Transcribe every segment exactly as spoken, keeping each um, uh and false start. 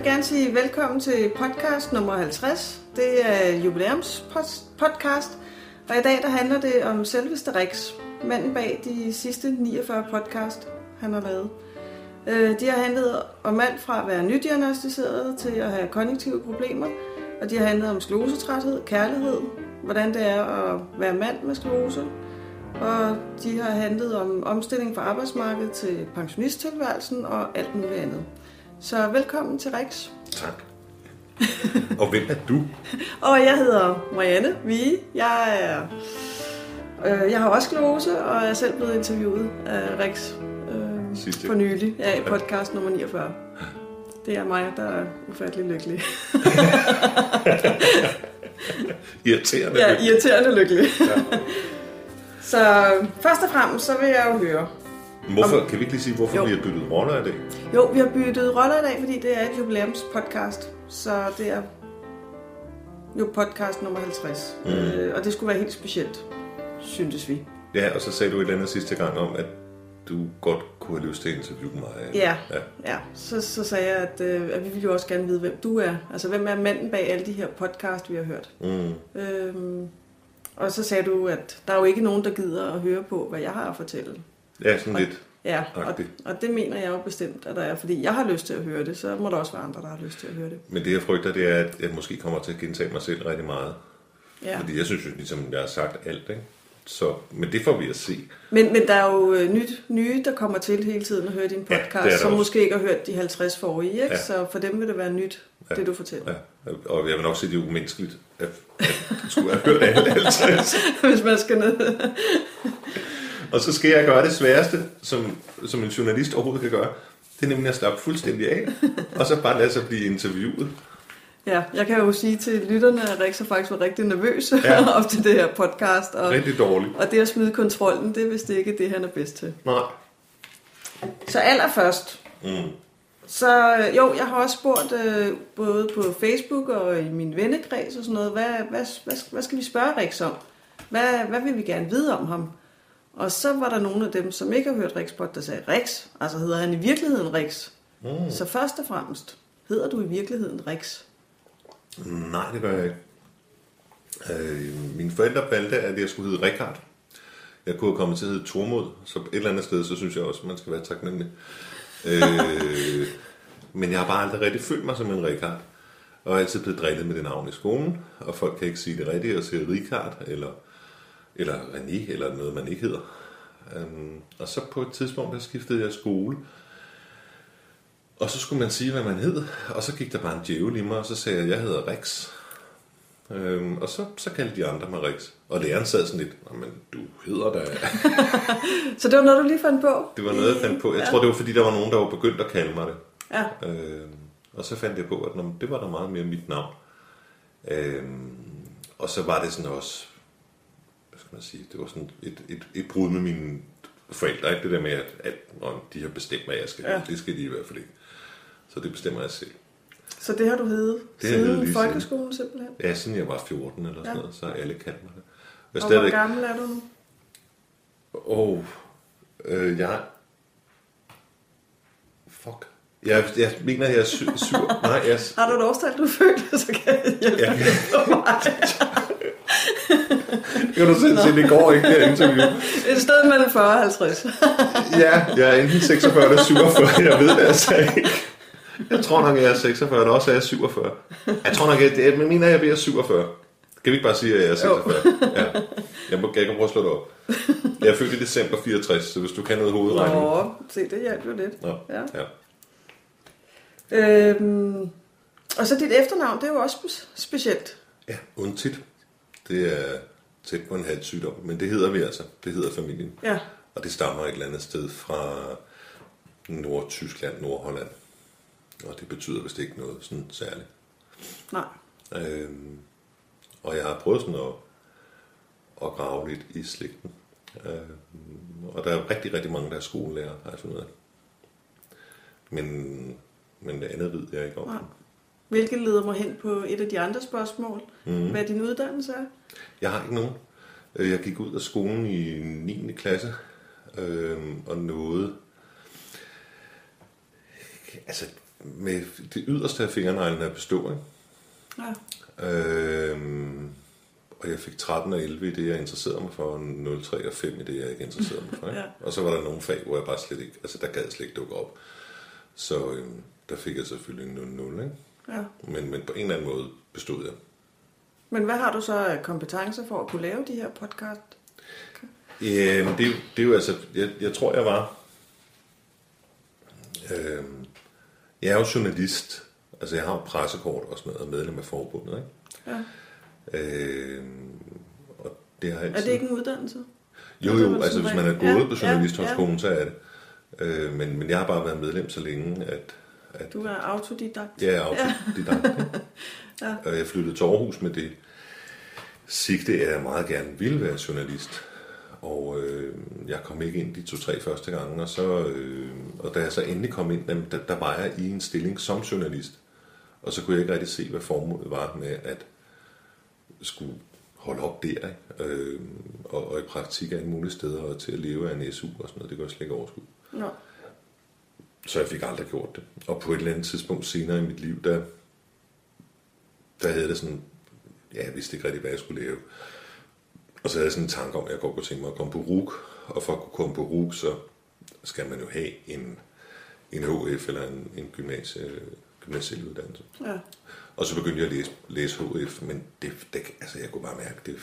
gerne sige velkommen til podcast nummer halvtreds. Det er jubilæumspodcast, og i dag der handler det om selveste Rex, manden bag de sidste niogfyrre podcast, han har lavet. De har handlet om alt fra at være nydiagnostiseret til at have kognitive problemer, og de har handlet om sklerosetræthed, kærlighed, hvordan det er at være mand med sklerose, og de har handlet om omstilling fra arbejdsmarkedet til pensionisttilværelsen og alt muligt andet. Så velkommen til Rex. Tak. Og hvem er du? Og jeg hedder Marianne Vige. Jeg er, øh, jeg har også sklerose, og jeg er selv blevet interviewet af Rex øh, for nylig ja, i podcast nummer niogfyrre. Det er mig, der er ufattelig lykkelig. Irriterende ja, lykkelig. irriterende lykkelig. Ja. Så først og fremmest, så vil jeg jo høre. Hvorfor, kan vi ikke lige sige, hvorfor jo. vi har byttet roller i dag? Jo, vi har byttet roller i dag, fordi det er et jubilæumspodcast. Så det er jo podcast nummer halvtreds. Mm. Øh, og det skulle være helt specielt, syntes vi. Ja, og så sagde du et eller andet sidste gang om, at du godt kunne have lyst til at interviewe mig. Ja, ja. ja. Så, så sagde jeg, at, øh, at vi ville jo også gerne vide, hvem du er. Altså, hvem er manden bag alle de her podcast, vi har hørt. Mm. Øhm, og så sagde du, at der er jo ikke nogen, der gider at høre på, hvad jeg har at fortælle. Ja, sådan og, lidt. Ja, og, og det mener jeg jo bestemt, at der er, fordi jeg har lyst til at høre det, så må der også være andre, der har lyst til at høre det. Men det jeg frygter, det er, at jeg måske kommer til at gentage mig selv rigtig meget. Ja. Fordi jeg synes jo, ligesom jeg har sagt alt, ikke? Så, men det får vi at se. Men, men der er jo nyt, nye, der kommer til hele tiden at høre din podcast, ja, som også. Måske ikke har hørt de halvtreds forrige, ikke? Ja. Så for dem vil det være nyt, ja. Det du fortæller. Ja. Og jeg vil nok sige, det er umenneskeligt, at, at du skulle have hørt alle halvtreds. Hvis man skal ned. Og så skal jeg gøre det sværeste, som, som en journalist overhovedet kan gøre. Det er nemlig at slappe fuldstændig af, og så bare lade sig blive interviewet. Ja, jeg kan jo sige til lytterne, at Rex har faktisk været rigtig nervøs ja. op til det her podcast. Og, rigtig dårligt. Og det at smide kontrollen, det er vist ikke det, han er bedst til. Nej. Så allerførst, mm. så jo, jeg har også spurgt øh, både på Facebook og i min vennekreds og sådan noget, hvad, hvad, hvad, hvad skal vi spørge Rex om? Hvad, hvad vil vi gerne vide om ham? Og så var der nogle af dem, som ikke har hørt Rexpod, der sagde, Rex, altså hedder han i virkeligheden Rex? Mm. Så først og fremmest, hedder du i virkeligheden Rex? Nej, det gør jeg ikke. Øh, mine forældre valgte, at jeg skulle hedde Richard. Jeg kunne have kommet til at hedde Tormod, så et eller andet sted, så synes jeg også, at man skal være taknemmelig. øh, men jeg har bare aldrig rigtig følt mig som en Richard. Og jeg er altid blevet drillet med det navn i skolen, og folk kan ikke sige det rigtigt og sige Richard, eller... eller René, eller noget, man ikke hedder. Um, og så på et tidspunkt, der skiftede jeg skole. Og så skulle man sige, hvad man hed. Og så gik der bare en djævel i mig, og så sagde jeg, at jeg hedder Rex. Um, og så, så kaldte de andre mig Rex. Og læreren sad sådan lidt, men du hedder da... Så det var noget, du lige fandt på? Det var noget, jeg fandt på. Jeg ja. tror, det var, fordi der var nogen, der var begyndt at kalde mig det. Ja. Um, og så fandt jeg på, at det var der meget mere mit navn. Um, og så var det sådan også... skal man sige, det var sådan et, et, et brud med mine forældre, ikke det der med, at, at når de har bestemt, hvad jeg skal ja. Det skal de i hvert fald ikke. Så det bestemmer jeg selv. Så det har du heddet siden folkeskolen simpelthen? Ja, siden jeg var fjorten eller sådan ja. noget, så har alle kaldt mig det. Og stadig... hvor gammel er du nu? Åh, oh, øh, jeg... Fuck. Jeg, jeg mener, jeg er syv... syv nej, jeg... Har du et årstal, du føler, så kan jeg hjælpe ja. dig på mig. Kan du selv se, det går ikke, det her interview. Et sted mellem fyrre og halvtreds. Ja, jeg er enten seksogfyrre eller syvogfyrre, jeg ved det altså ikke. Jeg tror nok, jeg er seksogfyrre, og også er jeg syvogfyrre. Jeg tror nok, jeg, jeg mener, jeg bliver syvogfyrre. Kan vi ikke bare sige, at jeg er seksogfyrre? Ja. Jeg, må, jeg kan prøve at slå det op. Jeg er født i december fireogtres, så hvis du kan noget hovedregning. Nå, se, det hjælper jo lidt. Nå, ja. ja. Øhm, og så dit efternavn, det er jo også specielt. Ja, Undtit. Det er tæt på en halssygdom, men det hedder vi altså. Det hedder familien. Ja. Og det stammer et eller andet sted fra Nordtyskland, Nordholland. Og det betyder vist ikke noget sådan særligt. Nej. Øhm, og jeg har prøvet sådan at, at grave lidt i slægten. Øhm, og der er rigtig, rigtig mange, der er skolelærer, har jeg fundet ud af. Men, men det andet ved jeg ikke om. Nej. Hvilket leder mig hen på et af de andre spørgsmål. Mm. Hvad din uddannelse er? Jeg har ikke nogen. Jeg gik ud af skolen i niende klasse øh, og nåede... Altså, med det yderste af fingerneglene at bestå, ikke? Ja. Øhm, og jeg fik tretten og elleve i det, jeg interesserede mig for, og nul, tre og fem i det, jeg ikke interesserede mig for. Ikke? Ja. Og så var der nogle fag, hvor jeg bare slet ikke, altså der gad jeg slet ikke dukke op. Så øhm, der fik jeg selvfølgelig nul nul, ikke? Ja. Men, men på en eller anden måde bestod jeg. Men hvad har du så af kompetencer for at kunne lave de her podcast? Okay. Ja, det, det er jo altså, jeg, jeg tror jeg var, øhm, jeg er jo journalist, altså jeg har jo pressekort og sådan noget, og medlem af forbundet, ikke? Ja. Øhm, og det har altid... Er det ikke en uddannelse? Jo, jo, altså hvis man er gået ja, på journalisthøjskolen, ja. Så er det. Øh, men, men jeg har bare været medlem så længe, at... at du er autodidakt. Ja, jeg er autodidakt. Ja. Og jeg flyttede til Aarhus med det sigte, at jeg meget gerne ville være journalist. Og øh, jeg kom ikke ind de to-tre første gange, og, så, øh, og da jeg så endelig kom ind, der, der var jeg i en stilling som journalist. Og så kunne jeg ikke rigtig se, hvad formålet var med at skulle holde op der, ikke? Øh, og, og i praktik alle mulige steder, og til at leve af en S U og sådan noget, det går jeg slet ikke overskud. No. Så jeg fik aldrig gjort det. Og på et eller andet tidspunkt senere i mit liv, der, der havde det sådan, ja, jeg vidste ikke rigtig, hvad jeg skulle lave. Og så havde jeg sådan en tanke om, at jeg godt kunne tænke mig at komme på R U C, og for at kunne komme på R U C, så skal man jo have en, en H F eller en, en gymnasie, gymnasiel uddannelse. Ja. Og så begyndte jeg at læse, læse H F, men det, det, altså jeg kunne bare mærke, det,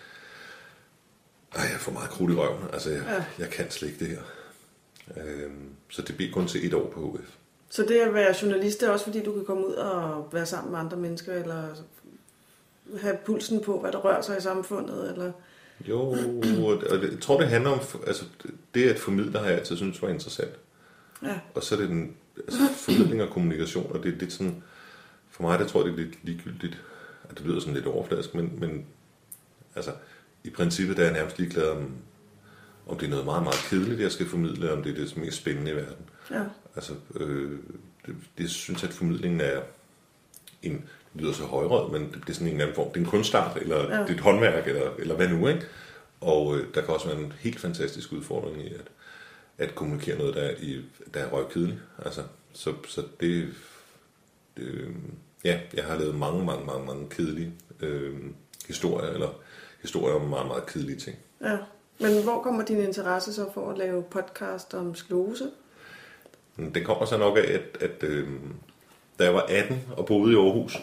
ej, jeg får meget krudt i røven. Altså jeg, ja. jeg kan slet ikke det her. Øhm, så det blev kun til et år på H F. Så det at være journalist, det er også fordi, du kan komme ud og være sammen med andre mennesker, eller have pulsen på, hvad der rører sig i samfundet, eller... Jo, og det, jeg tror, det handler om, altså det at formidle har jeg altid synes var interessant. Ja. Og så er det den, altså, formidling og kommunikation, og det er lidt sådan, for mig, det tror jeg, det er lidt ligegyldigt, at det lyder sådan lidt overfladisk, men, men altså, i princippet der er jeg nærmest ligeglad om, om det er noget meget, meget kedeligt, jeg skal formidle, om det er det mest spændende i verden. Ja. Altså, øh, det, det synes at formidlingen er en, det lyder så højrød, men det, det er sådan en eller anden form, det er en kunstart, eller ja. Det er et håndværk, eller, eller hvad nu, ikke? Og øh, der kan også være en helt fantastisk udfordring i at, at kommunikere noget, der er, i, der er røvkedeligt. Altså, så, så det, det, ja, jeg har lavet mange, mange, mange, mange kedelige øh, historier, eller historier om meget, meget kedelige ting. Ja. Men hvor kommer din interesse så for at lave podcast om sklerose? Det kommer så nok af, at, at øh, da jeg var atten og boede i Aarhus,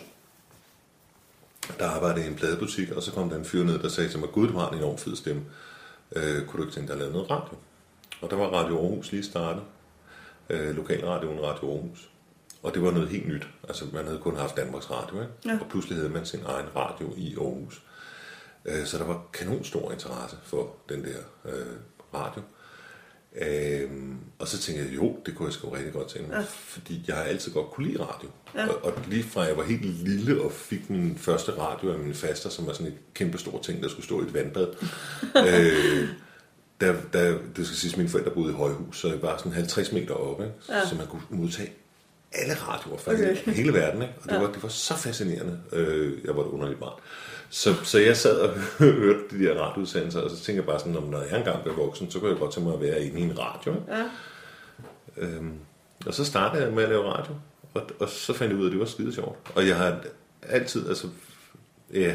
der arbejdede jeg i en pladebutik, og så kom der en fyr ned, der sagde til mig, gud, du har en enormt fed stemme. Øh, kunne du ikke tænke dig at lave noget radio? Og der var Radio Aarhus lige startet. Øh, lokalradioen Radio Aarhus. Og det var noget helt nyt. Altså, man havde kun haft Danmarks Radio, ikke? Ja. Og pludselig havde man sin egen radio i Aarhus. Øh, så der var kanon stor interesse for den der øh, radio. Øh, og så tænkte jeg, jo, det kunne jeg sgu rigtig godt tænke mig. Ja. Fordi jeg har altid godt kunne lide radio. Ja. Og, og lige fra jeg var helt lille og fik min første radio af min faster, som var sådan et kæmpe stort ting, der skulle stå i et vandbad. øh, der, der, det skal siges, at mine forældre boede i højhus, så jeg var sådan halvtreds meter oppe, ikke? Ja. Så man kunne modtage alle radioer fra okay. hele verden, ikke? Og det, ja. var, det var så fascinerende. Øh, jeg var et underligt barn. Så, så jeg sad og hørte de der radioudsendelser, og så tænkte jeg bare sådan, når jeg engang blev voksen, så kunne jeg godt tænke mig at være inde i en radio. Ikke? Ja. Øhm, og så startede jeg med at lave radio, og, og så fandt jeg ud af, at det var skide sjovt. Og jeg har altid, altså, ja,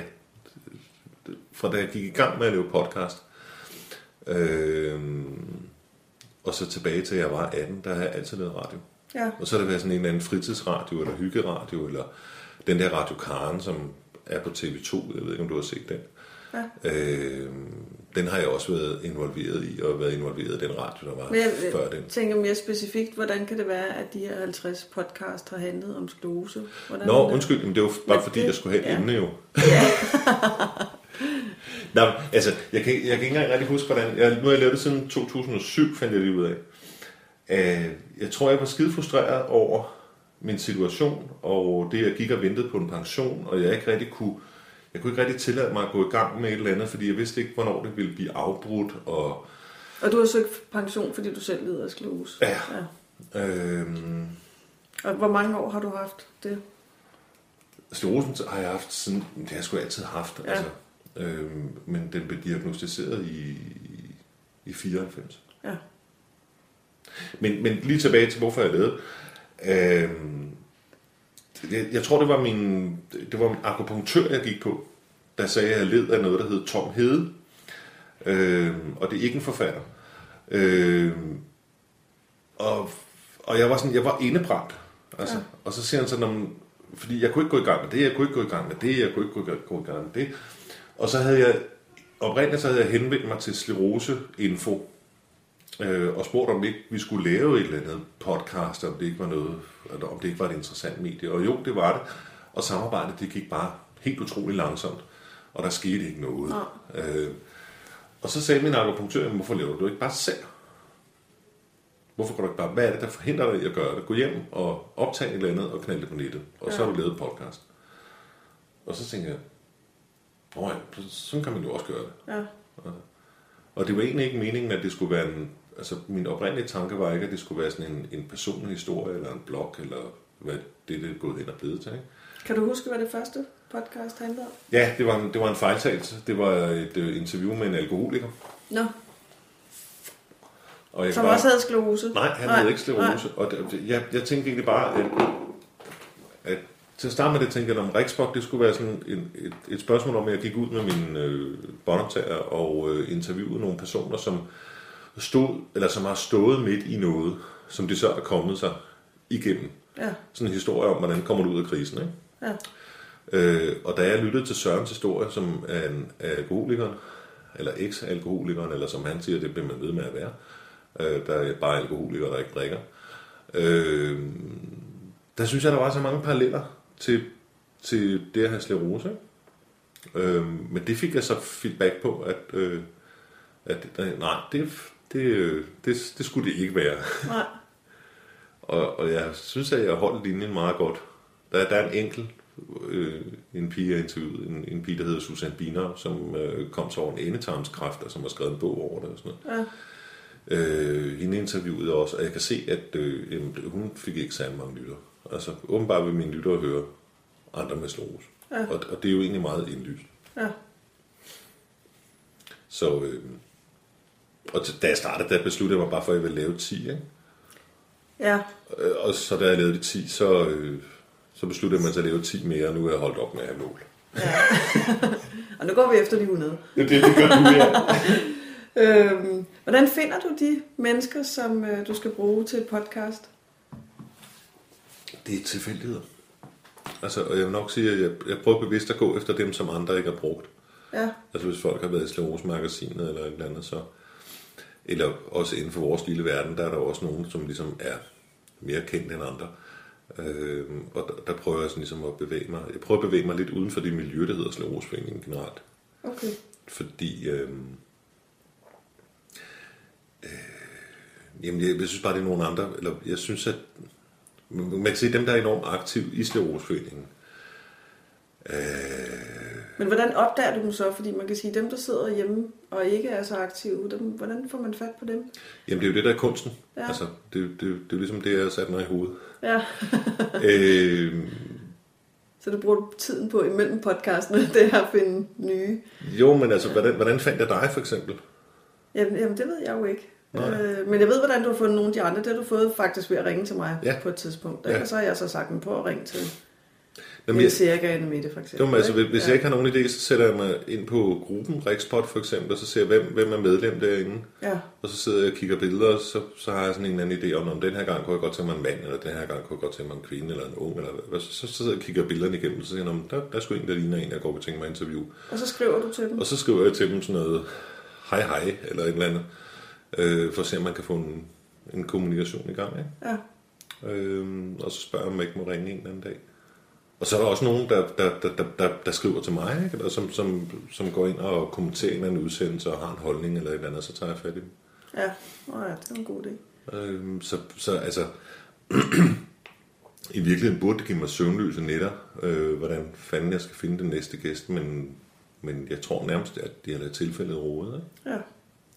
fra da jeg gik i gang med at lave podcast, øhm, og så tilbage til jeg var atten, der har jeg altid lavet radio. Ja. Og så har det været sådan en eller anden fritidsradio, eller hyggeradio, eller den der Radio Karen, som er på T V to, jeg ved ikke, om du har set den. Ja. Øh, den har jeg også været involveret i, og været involveret i den radio, der var jeg, før den. Jeg tænker mere specifikt, hvordan kan det være, at de her halvtreds podcast har handlet om sklerose? Hvordan Nå, undskyld, men det var bare fordi, det? jeg skulle have et ja. emne jo. Ja. Nå, altså, jeg kan, jeg kan ikke engang rigtig huske, hvordan... Jeg, nu har jeg lavet det siden to tusind og syv, fandt jeg lige ud af. Uh, jeg tror, jeg var skide frustreret over min situation, og det, jeg gik og ventede på en pension, og jeg ikke rigtig kunne, jeg kunne ikke rigtig tillade mig at gå i gang med et eller andet, fordi jeg vidste ikke, hvornår det ville blive afbrudt. Og, og du har søgt pension, fordi du selv lider af sklerose? Ja. ja. Øhm, og hvor mange år har du haft det? Sklerosen har jeg haft siden, det har jeg sgu altid haft, ja. altså, øhm, men den blev diagnosticeret i, i fireoghalvfems. Ja. Men, men lige tilbage til, hvorfor jeg lavede. Øh, jeg, jeg tror, det var min, det var en akupunktør, jeg gik på, der sagde, at jeg led af noget, der hed tom hede. Øh, og det er ikke en forfatter. Øh, og, og jeg var sådan, jeg var indebrændt. Altså, ja. Og så siger han sådan, om, fordi jeg kunne ikke gå i gang med det, jeg kunne ikke gå i gang med det, jeg kunne ikke gå i gang, gå i gang med det. Og så havde jeg, oprindeligt så havde jeg henvendt mig til Sclerose Info, øh, og spurgt, om ikke vi skulle lave et eller andet podcast, om det ikke var noget, eller om det ikke var et interessant medie. Og jo, det var det. Og samarbejdet, det gik bare helt utroligt langsomt, og der skete ikke noget. Ja. Øh, og så sagde min akupunktør, hvorfor laver du ikke bare selv? Hvorfor går du ikke bare, hvad er det, der forhindrer dig i at gøre det? Gå hjem og optage et eller andet og knalde det på nettet, og ja. Så har du lavet podcast. Og så tænkte jeg, åh ja, sådan kan man jo også gøre det. Ja. Ja. Og det var egentlig ikke meningen, at det skulle være en, altså min oprindelige tanke var ikke, at det skulle være sådan en, en personlig historie, eller en blog, eller hvad det, det er gået ind og blevet til, ikke? Kan du huske, hvad det første podcast handlede om? Ja, det var en, det var en fejltagelse. Det var et uh, interview med en alkoholiker. Nå. Og jeg Som bare, også havde sklerose? Nej, han nej, havde ikke sklerose. Og det, jeg, jeg tænkte egentlig bare, at, at til at starte med det, tænkte jeg, at Rikspot, det skulle være sådan en, et, et spørgsmål om, at jeg gik ud med mine øh, båndoptager og øh, interviewede nogle personer, som stod, eller som har stået midt i noget, som de så er kommet sig igennem. Ja. Sådan en historie om, hvordan kommer du ud af krisen, ikke? Ja. Øh, og da jeg lyttede til Sørens historie, som er en alkoholikeren, eller eks-alkoholikeren, eller som han siger, det bliver man ved med at være, øh, der er bare alkoholikere, der ikke drikker, øh, der synes jeg, der var så mange paralleller til, til det at have sklerose. Øh, men det fik jeg så feedback på, at, øh, at nej, det, det, det, det skulle det ikke være. Nej. og, og jeg synes, at jeg holdt linjen meget godt. Der, der er en enkelt øh, en pige, jeg interviewede, en, en pige, der hedder Susanne Biner, som øh, kom til over en endetarmskræft, og som har skrevet en bog over det og sådan noget. Ja. Øh, hende interviewede også, og jeg kan se, at øh, jamen, hun fik ikke særlig mange lytter. Altså, åbenbart vil mine lyttere høre andre med sklerose. Ja. Og, og det er jo egentlig meget indlyst. Ja. Så, øh, og da jeg startede, der besluttede jeg mig bare for, at jeg ville lave ti, ikke? Ja. Og så da jeg lavede de ti, så, øh, så besluttede jeg mig til at lave ti mere, og nu er jeg holdt op med at have mål. Ja. Og nu går vi efter de hundrede. Ja, det, det gør du, ja. øhm, hvordan finder du de mennesker, som øh, du skal bruge til et podcast? Det er tilfældigheder. Altså, og jeg vil nok sige, at jeg, jeg prøver bevidst at gå efter dem, som andre ikke har brugt. Ja. Altså hvis folk har været i Sklerose-magasinet eller et eller andet, så... Eller også inden for vores lille verden, der er der også nogen, som ligesom er mere kendt end andre. Øhm, og der, der prøver jeg sådan ligesom at bevæge mig. Jeg prøver at bevæge mig lidt uden for det miljø, der hedder Skleroseforeningen generelt. Okay. Fordi... Øhm, øh, jamen, jeg, jeg synes bare, det er nogle andre... Eller jeg synes, at... Man kan se, dem, der er enormt aktive i Skleroseforeningen. Øh, Men hvordan opdager du dem så? Fordi man kan sige, dem, der sidder hjemme og ikke er så aktive, dem, hvordan får man fat på dem? Jamen, det er jo det, der er kunsten. Ja. Altså, det, det, det er jo ligesom det, jeg har sat mig i hovedet. Ja. øh, så du bruger tiden på imellem podcastene, det er at finde nye? Jo, men altså, hvordan, hvordan fandt jeg dig, for eksempel? Jamen, jamen det ved jeg jo ikke. Øh, men jeg ved, hvordan du har fundet nogle af de andre. Det har du fået faktisk ved at ringe til mig ja. på et tidspunkt. Ja. Og så har jeg så sagt dem på at ringe til Niels Erik og Anne Mette, for eksempel. Jo, altså, hvis ja. jeg ikke har nogen idé, så sætter jeg mig ind på gruppen Rikspot, for eksempel, og så ser jeg, hvem, hvem er medlem derinde. Ja. Og så sidder jeg og kigger billeder, og så, så har jeg sådan en anden idé om, om den her gang kunne jeg godt tage mig en mand, eller den her gang kunne jeg godt tage mig en kvinde, eller en ung, eller hvad. Så, så sidder jeg og kigger billederne igennem, og så siger jeg, der, der er sgu en, der ligner en, jeg går og tænker mig at interview. Og så skriver du til dem? Og så skriver jeg til dem sådan noget, hej hej, eller et eller andet. Øh, for at se, om man kan få en, en kommunikation i gang, ikke? Ja. Øhm, og så spørger jeg, om jeg ikke må ringe en eller anden dag. Og så er der også nogen, der, der, der, der, der, der skriver til mig, ikke? Eller som, som, som går ind og kommenterer en eller anden udsendelse og har en holdning eller et eller andet, så tager jeg fat i dem. Ja, oh ja, det er en god idé. Øhm, så, så altså, i virkeligheden burde det give mig søvnløse nætter, øh, hvordan fanden jeg skal finde den næste gæst, men, men jeg tror nærmest, at det er tilfældet rodet, ikke? Ja.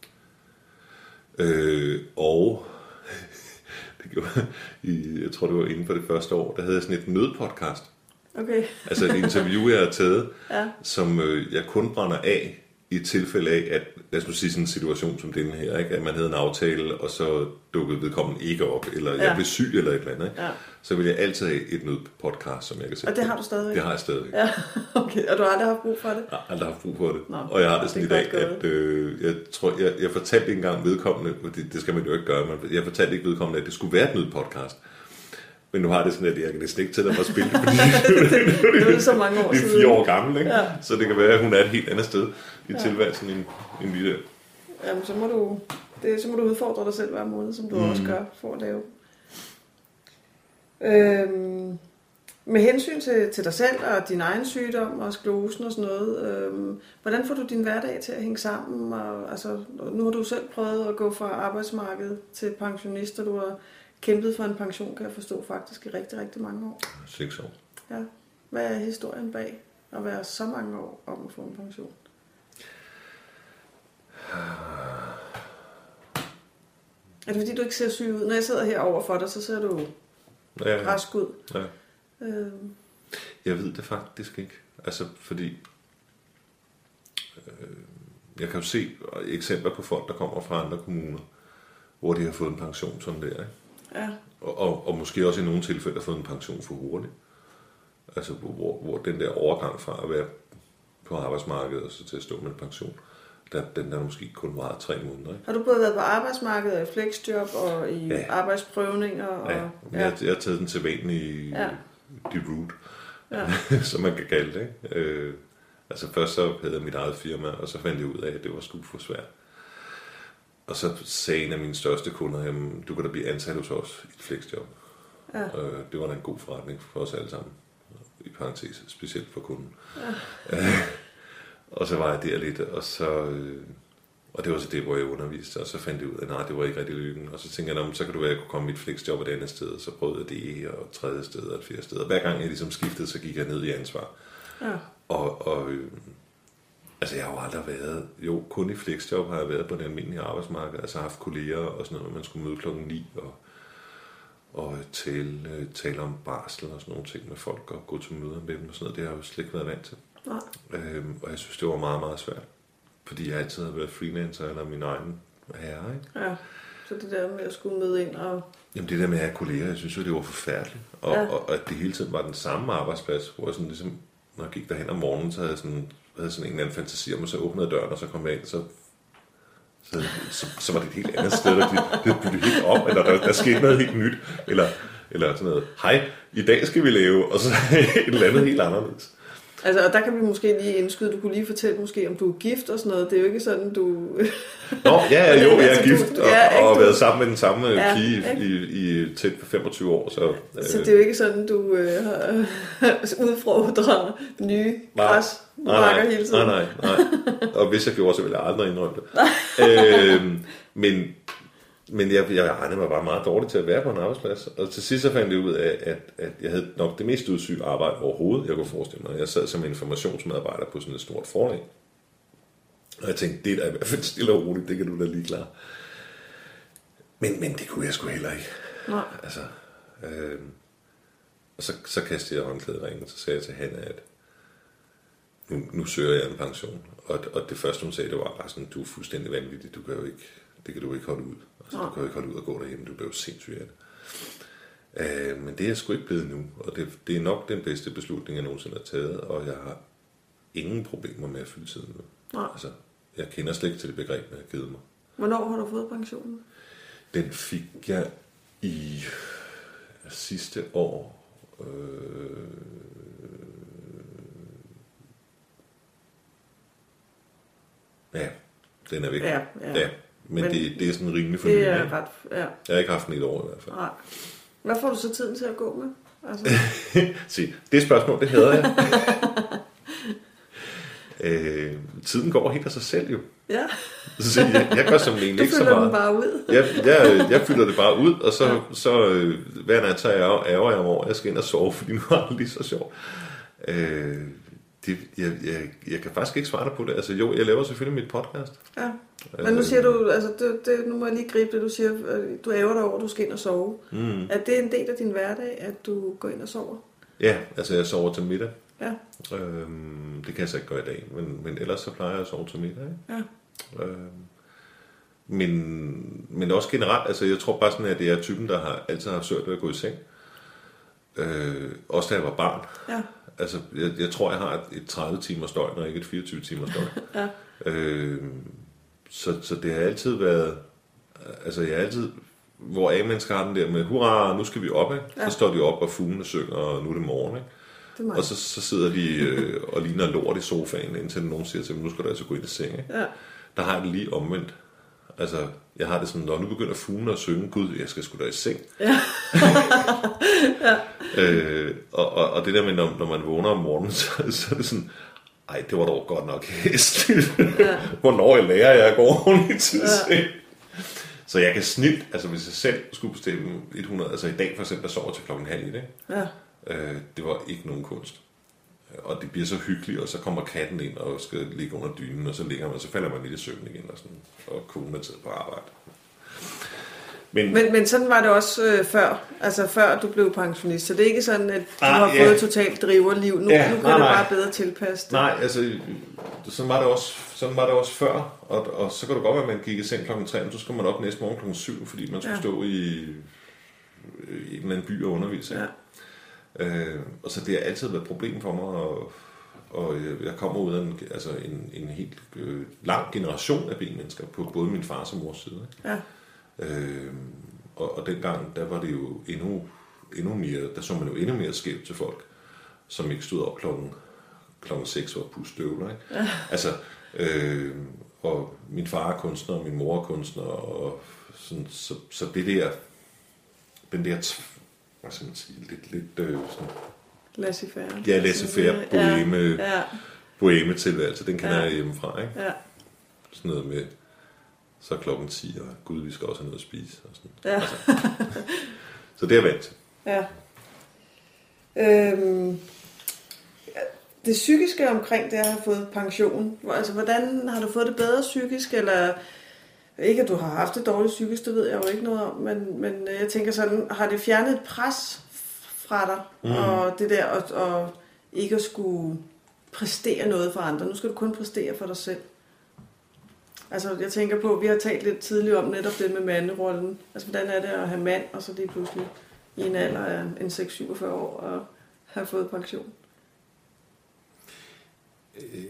Øh, og det gjorde, i, jeg tror det var inden for det første år, der havde jeg sådan et nødpodcast. Okay. Altså et interview, jeg har taget, ja. som øh, jeg kun brænder af i et tilfælde af, at lad os nu sige sådan en situation som den her, ikke? At man havde en aftale, og så dukkede vedkommende ikke op, eller ja. jeg blev syg eller et eller andet, ikke? Ja. Så vil jeg altid have et nyt podcast, som jeg kan sætte. Og det har du stadigvæk? Det har jeg stadigvæk. Ja, okay. Og du har aldrig haft brug for det? Jeg har aldrig haft brug for det. Nå, og jeg har det sådan det i dag, at øh, jeg tror, jeg, jeg fortalte ikke engang vedkommende, det, det skal man jo ikke gøre, men jeg fortalte ikke vedkommende, at det skulle være et nyt podcast. Men nu har det sådan, at jeg kan næsten ikke til at spille det, fordi det, det er så mange år siden. Det er fire år gammel, ikke? Ja. Så det kan være, at hun er et helt andet sted i ja. tilværelsen end, end lige der. Jamen, så må du, det, så må du udfordre dig selv hver måned, som du mm. også gør for at lave. Øhm, med hensyn til, til dig selv og din egen sygdom og sklerosen og sådan noget, øhm, hvordan får du din hverdag til at hænge sammen? Og, altså, nu har du selv prøvet at gå fra arbejdsmarkedet til pensionist, og du har kæmpet for en pension, kan jeg forstå, faktisk i rigtig, rigtig mange år. Seks år. Ja. Hvad er historien bag at være så mange år om at få en pension? Er det fordi, du ikke ser syg ud? Når jeg sidder her over for dig, så ser du ja, rask ud. Ja. Øhm. Jeg ved det faktisk ikke. Altså, fordi øh, jeg kan jo se eksempler på folk, der kommer fra andre kommuner, hvor de har fået en pension sådan der, ikke? Ja. Og, og, og måske også i nogle tilfælde har fået en pension for hurtigt. Altså, hvor, hvor den der overgang fra at være på arbejdsmarkedet og så til at stå med en pension, der, den der måske kun varer tre måneder. Ikke? Har du både været på arbejdsmarkedet og i flexjob og i ja. arbejdsprøvninger? Og, ja, ja. Jeg, jeg har taget den til vanen i ja. de route, ja. som man kan kalde det. Ikke? Øh, altså først så havde jeg mit eget firma, og så fandt jeg ud af, at det var sgu for svært. Og så sagde en af mine største kunder, jamen, du kan da blive ansat hos os i et flexjob. Ja. Øh, det var da en god forretning for os alle sammen. I parentes, specielt for kunden. Ja. Øh, og så var jeg der lidt, og så... Øh, og det var så det, hvor jeg underviste, og så fandt jeg ud af, at nej, det var ikke rigtig lykken. Og så tænkte jeg, så kan du være, at jeg kunne komme i et flexjob et andet sted, og så prøvede jeg det, og et tredje sted, og et fjerde sted. Og hver gang jeg ligesom skiftede, så gik jeg ned i ansvar. Ja. Og... og øh, altså, jeg har jo aldrig været... Jo, kun i flexjob har jeg været på det almindelige arbejdsmarked. Altså, haft kolleger og sådan noget, man skulle møde klokken ni og, og tale, tale om barsel og sådan nogle ting med folk og gå til møder med dem og sådan noget. Det har jeg jo slet ikke været vant til. Ja. Øhm, og jeg synes, det var meget, meget svært. Fordi jeg altid har været freelancer eller min egen herre, ikke? Ja, så det der med at skulle møde ind og... Jamen, det der med at have kolleger, jeg synes jo, det var forfærdeligt. Og, ja. og, og at det hele tiden var den samme arbejdsplads, hvor jeg sådan ligesom... Når jeg gik derhen om morgenen, så havde jeg sådan... havde sådan en eller anden fantasi om, at så åbnede døren, og så kom jeg ind, så, så, så, så var det et helt andet sted, der det byttede helt op, eller der, der skete noget helt nyt, eller, eller sådan noget, hej, i dag skal vi lave, og så et eller andet helt anderledes. Altså, og der kan vi måske lige indskyde, du kunne lige fortælle måske, om du er gift og sådan noget, det er jo ikke sådan, du... Nå, ja, ja, jo, jeg er gift, og, ja, og har været sammen med den samme ja, pige i, i tæt på femogtyve år, så... Så det er jo ikke sådan, du øh, har udfordret nye græs, nej, hele tiden. Nej, nej, nej. Og hvis jeg gjorde, så ville jeg aldrig indrømme det. øhm, men men jeg, jeg regnede mig bare meget dårligt til at være på en arbejdsplads. Og til sidst så fandt jeg ud af, at, at jeg havde nok det mest udsyge arbejde overhovedet, jeg kunne forestille mig. Jeg sad som informationsmedarbejder på sådan et stort forlag. Og jeg tænkte, det er da i hvert fald stille og roligt, det kan du da lige klare. Men, men det kunne jeg sgu heller ikke. Nej. Altså, øh, og så, så kastede jeg håndklædet i ringen, og så sagde jeg til Hanna, at nu, nu søger jeg en pension. Og, og det første, hun sagde, det var bare sådan, du er fuldstændig vanvittig, du kan jo ikke, det kan du ikke holde ud. Altså, du kan jo ikke holde ud og gå derhjemme, du bliver jo sindssyg af det. Øh, men det er jeg sgu ikke blevet nu, og det, det er nok den bedste beslutning, jeg nogensinde har taget, og jeg har ingen problemer med at fylde tiden nu. Nej. Altså, jeg kender slet ikke til det begreb, jeg har givet mig. Hvornår har du fået pensionen? Den fik jeg i sidste år. Øh, ja, den er væk. Ja, ja. ja. Men, Men det, det er sådan rimelig for det er ret, ja. Jeg har ikke haft den i et år i hvert fald. Nej. Hvad får du så tiden til at gå med? Altså... Se, det spørgsmål, det hader jeg. øh, tiden går helt af sig selv jo. Ja. Så jeg, jeg gør som egentlig ikke så meget. Du fylder den bare ud. jeg, jeg, jeg fylder det bare ud, og så, ja. så øh, hver nat så ærger jeg mig over, at jeg skal ind og sove, fordi nu er det lige så sjovt. Øh, det, jeg, jeg, jeg kan faktisk ikke svare dig på det. Altså jo, jeg laver selvfølgelig mit podcast. Ja. Men nu siger du, altså det, det, nu må jeg lige gribe det, du siger, du ærger dig over, at du skal ind og sove. Mm. Er det en del af din hverdag, at du går ind og sover? Ja, altså jeg sover til middag. Ja. Øhm, det kan jeg så ikke gøre i dag, men, men ellers så plejer jeg at sove til middag. Ikke? Ja. Øhm, men, men også generelt, altså jeg tror bare sådan, at det er typen, der har altid haft svært ved at gå i seng. Øh, også da jeg var barn. Ja. Altså, jeg, jeg tror, jeg har et, et tredive timers døgn, og ikke et fireogtyve timers døgn. Ja. øh, så, så det har altid været, altså jeg har altid, hvor A-mennesker har den der med, hurra, nu skal vi op, ikke? Ja. Så står de op, og fuglene synger, og nu er det morgen, ikke? Det og så, så sidder de øh, og ligner lort i sofaen, indtil nogen siger til dem, nu skal du altså gå ind i seng, ikke? Ja. Der har jeg det lige omvendt. Altså, jeg har det sådan, når nu begynder fuglene at synge, gud, jeg skal sgu da i seng. Ja. ja. Øh, og, og, og det der med, når, når man vågner om morgenen, så, så er det sådan, ej, det var dog godt nok hæsligt. Ja. Hvornår jeg lærer jeg at gå ordentligt til ja. seng. Så jeg kan snilt, altså hvis jeg selv skulle bestemme hundrede, altså i dag for eksempel, der sover til klokken halv et, ikke? Ja. Øh, det var ikke nogen kunst. Og det bliver så hyggeligt, og så kommer katten ind og skal ligge under dynen, og så ligger man, så falder man lidt i søvn igen, og, sådan, og konen er tid på arbejde. Men, men, men sådan var det også øh, før, altså før du blev pensionist, så det er ikke sådan, at du ah, har ja. fået totalt driverliv, nu, ja, nu kan nej, det nej. bare bedre tilpasse det. Nej, altså, sådan var det også, sådan var det også før, og, og så kan det godt være, at man gik i seng klokken tre, men så skulle man op næste morgen klokken syv, fordi man skulle ja. stå i, i en eller anden by og undervise. Ja. Øh, og så det har altid været et problem for mig, og, og jeg kommer ud af en, altså en, en helt øh, lang generation af B-mennesker på både min fars og mors side. Ikke? Ja. Øh, og, og dengang, der var det jo endnu, endnu mere, der så man jo endnu mere skævt til folk, som ikke stod op klokken, klokken seks og puste støvler. Ikke? Ja. Altså, øh, og min far er kunstner, og min mor er kunstner, og sådan, så, så det der, den der, hvad skal man sige, lidt, lidt øh, sådan... Laissez-faire. Ja, laissez-faire, boheme, ja, ja. boheme tilværelse, den kender ja. jeg hjemmefra, ikke? Ja. Sådan noget med, så er klokken ti, og gud, vi skal også have noget at spise, og sådan. Ja. Altså. Så det er vant til. Ja. Øhm, det psykiske omkring det at have fået pension, altså hvordan har du fået det bedre psykisk, eller... Ikke at du har haft det dårligt psykisk, det ved jeg jo ikke noget om, men, men jeg tænker sådan, har det fjernet et pres fra dig, mm. og det der, og, og ikke at skulle præstere noget for andre. Nu skal du kun præstere for dig selv. Altså, jeg tænker på, vi har talt lidt tidligere om netop det med manderollen. Altså, hvordan er det at have mand, og så lige pludselig i en alder af en seks til syvogfyrre år, og have fået pension? Øh,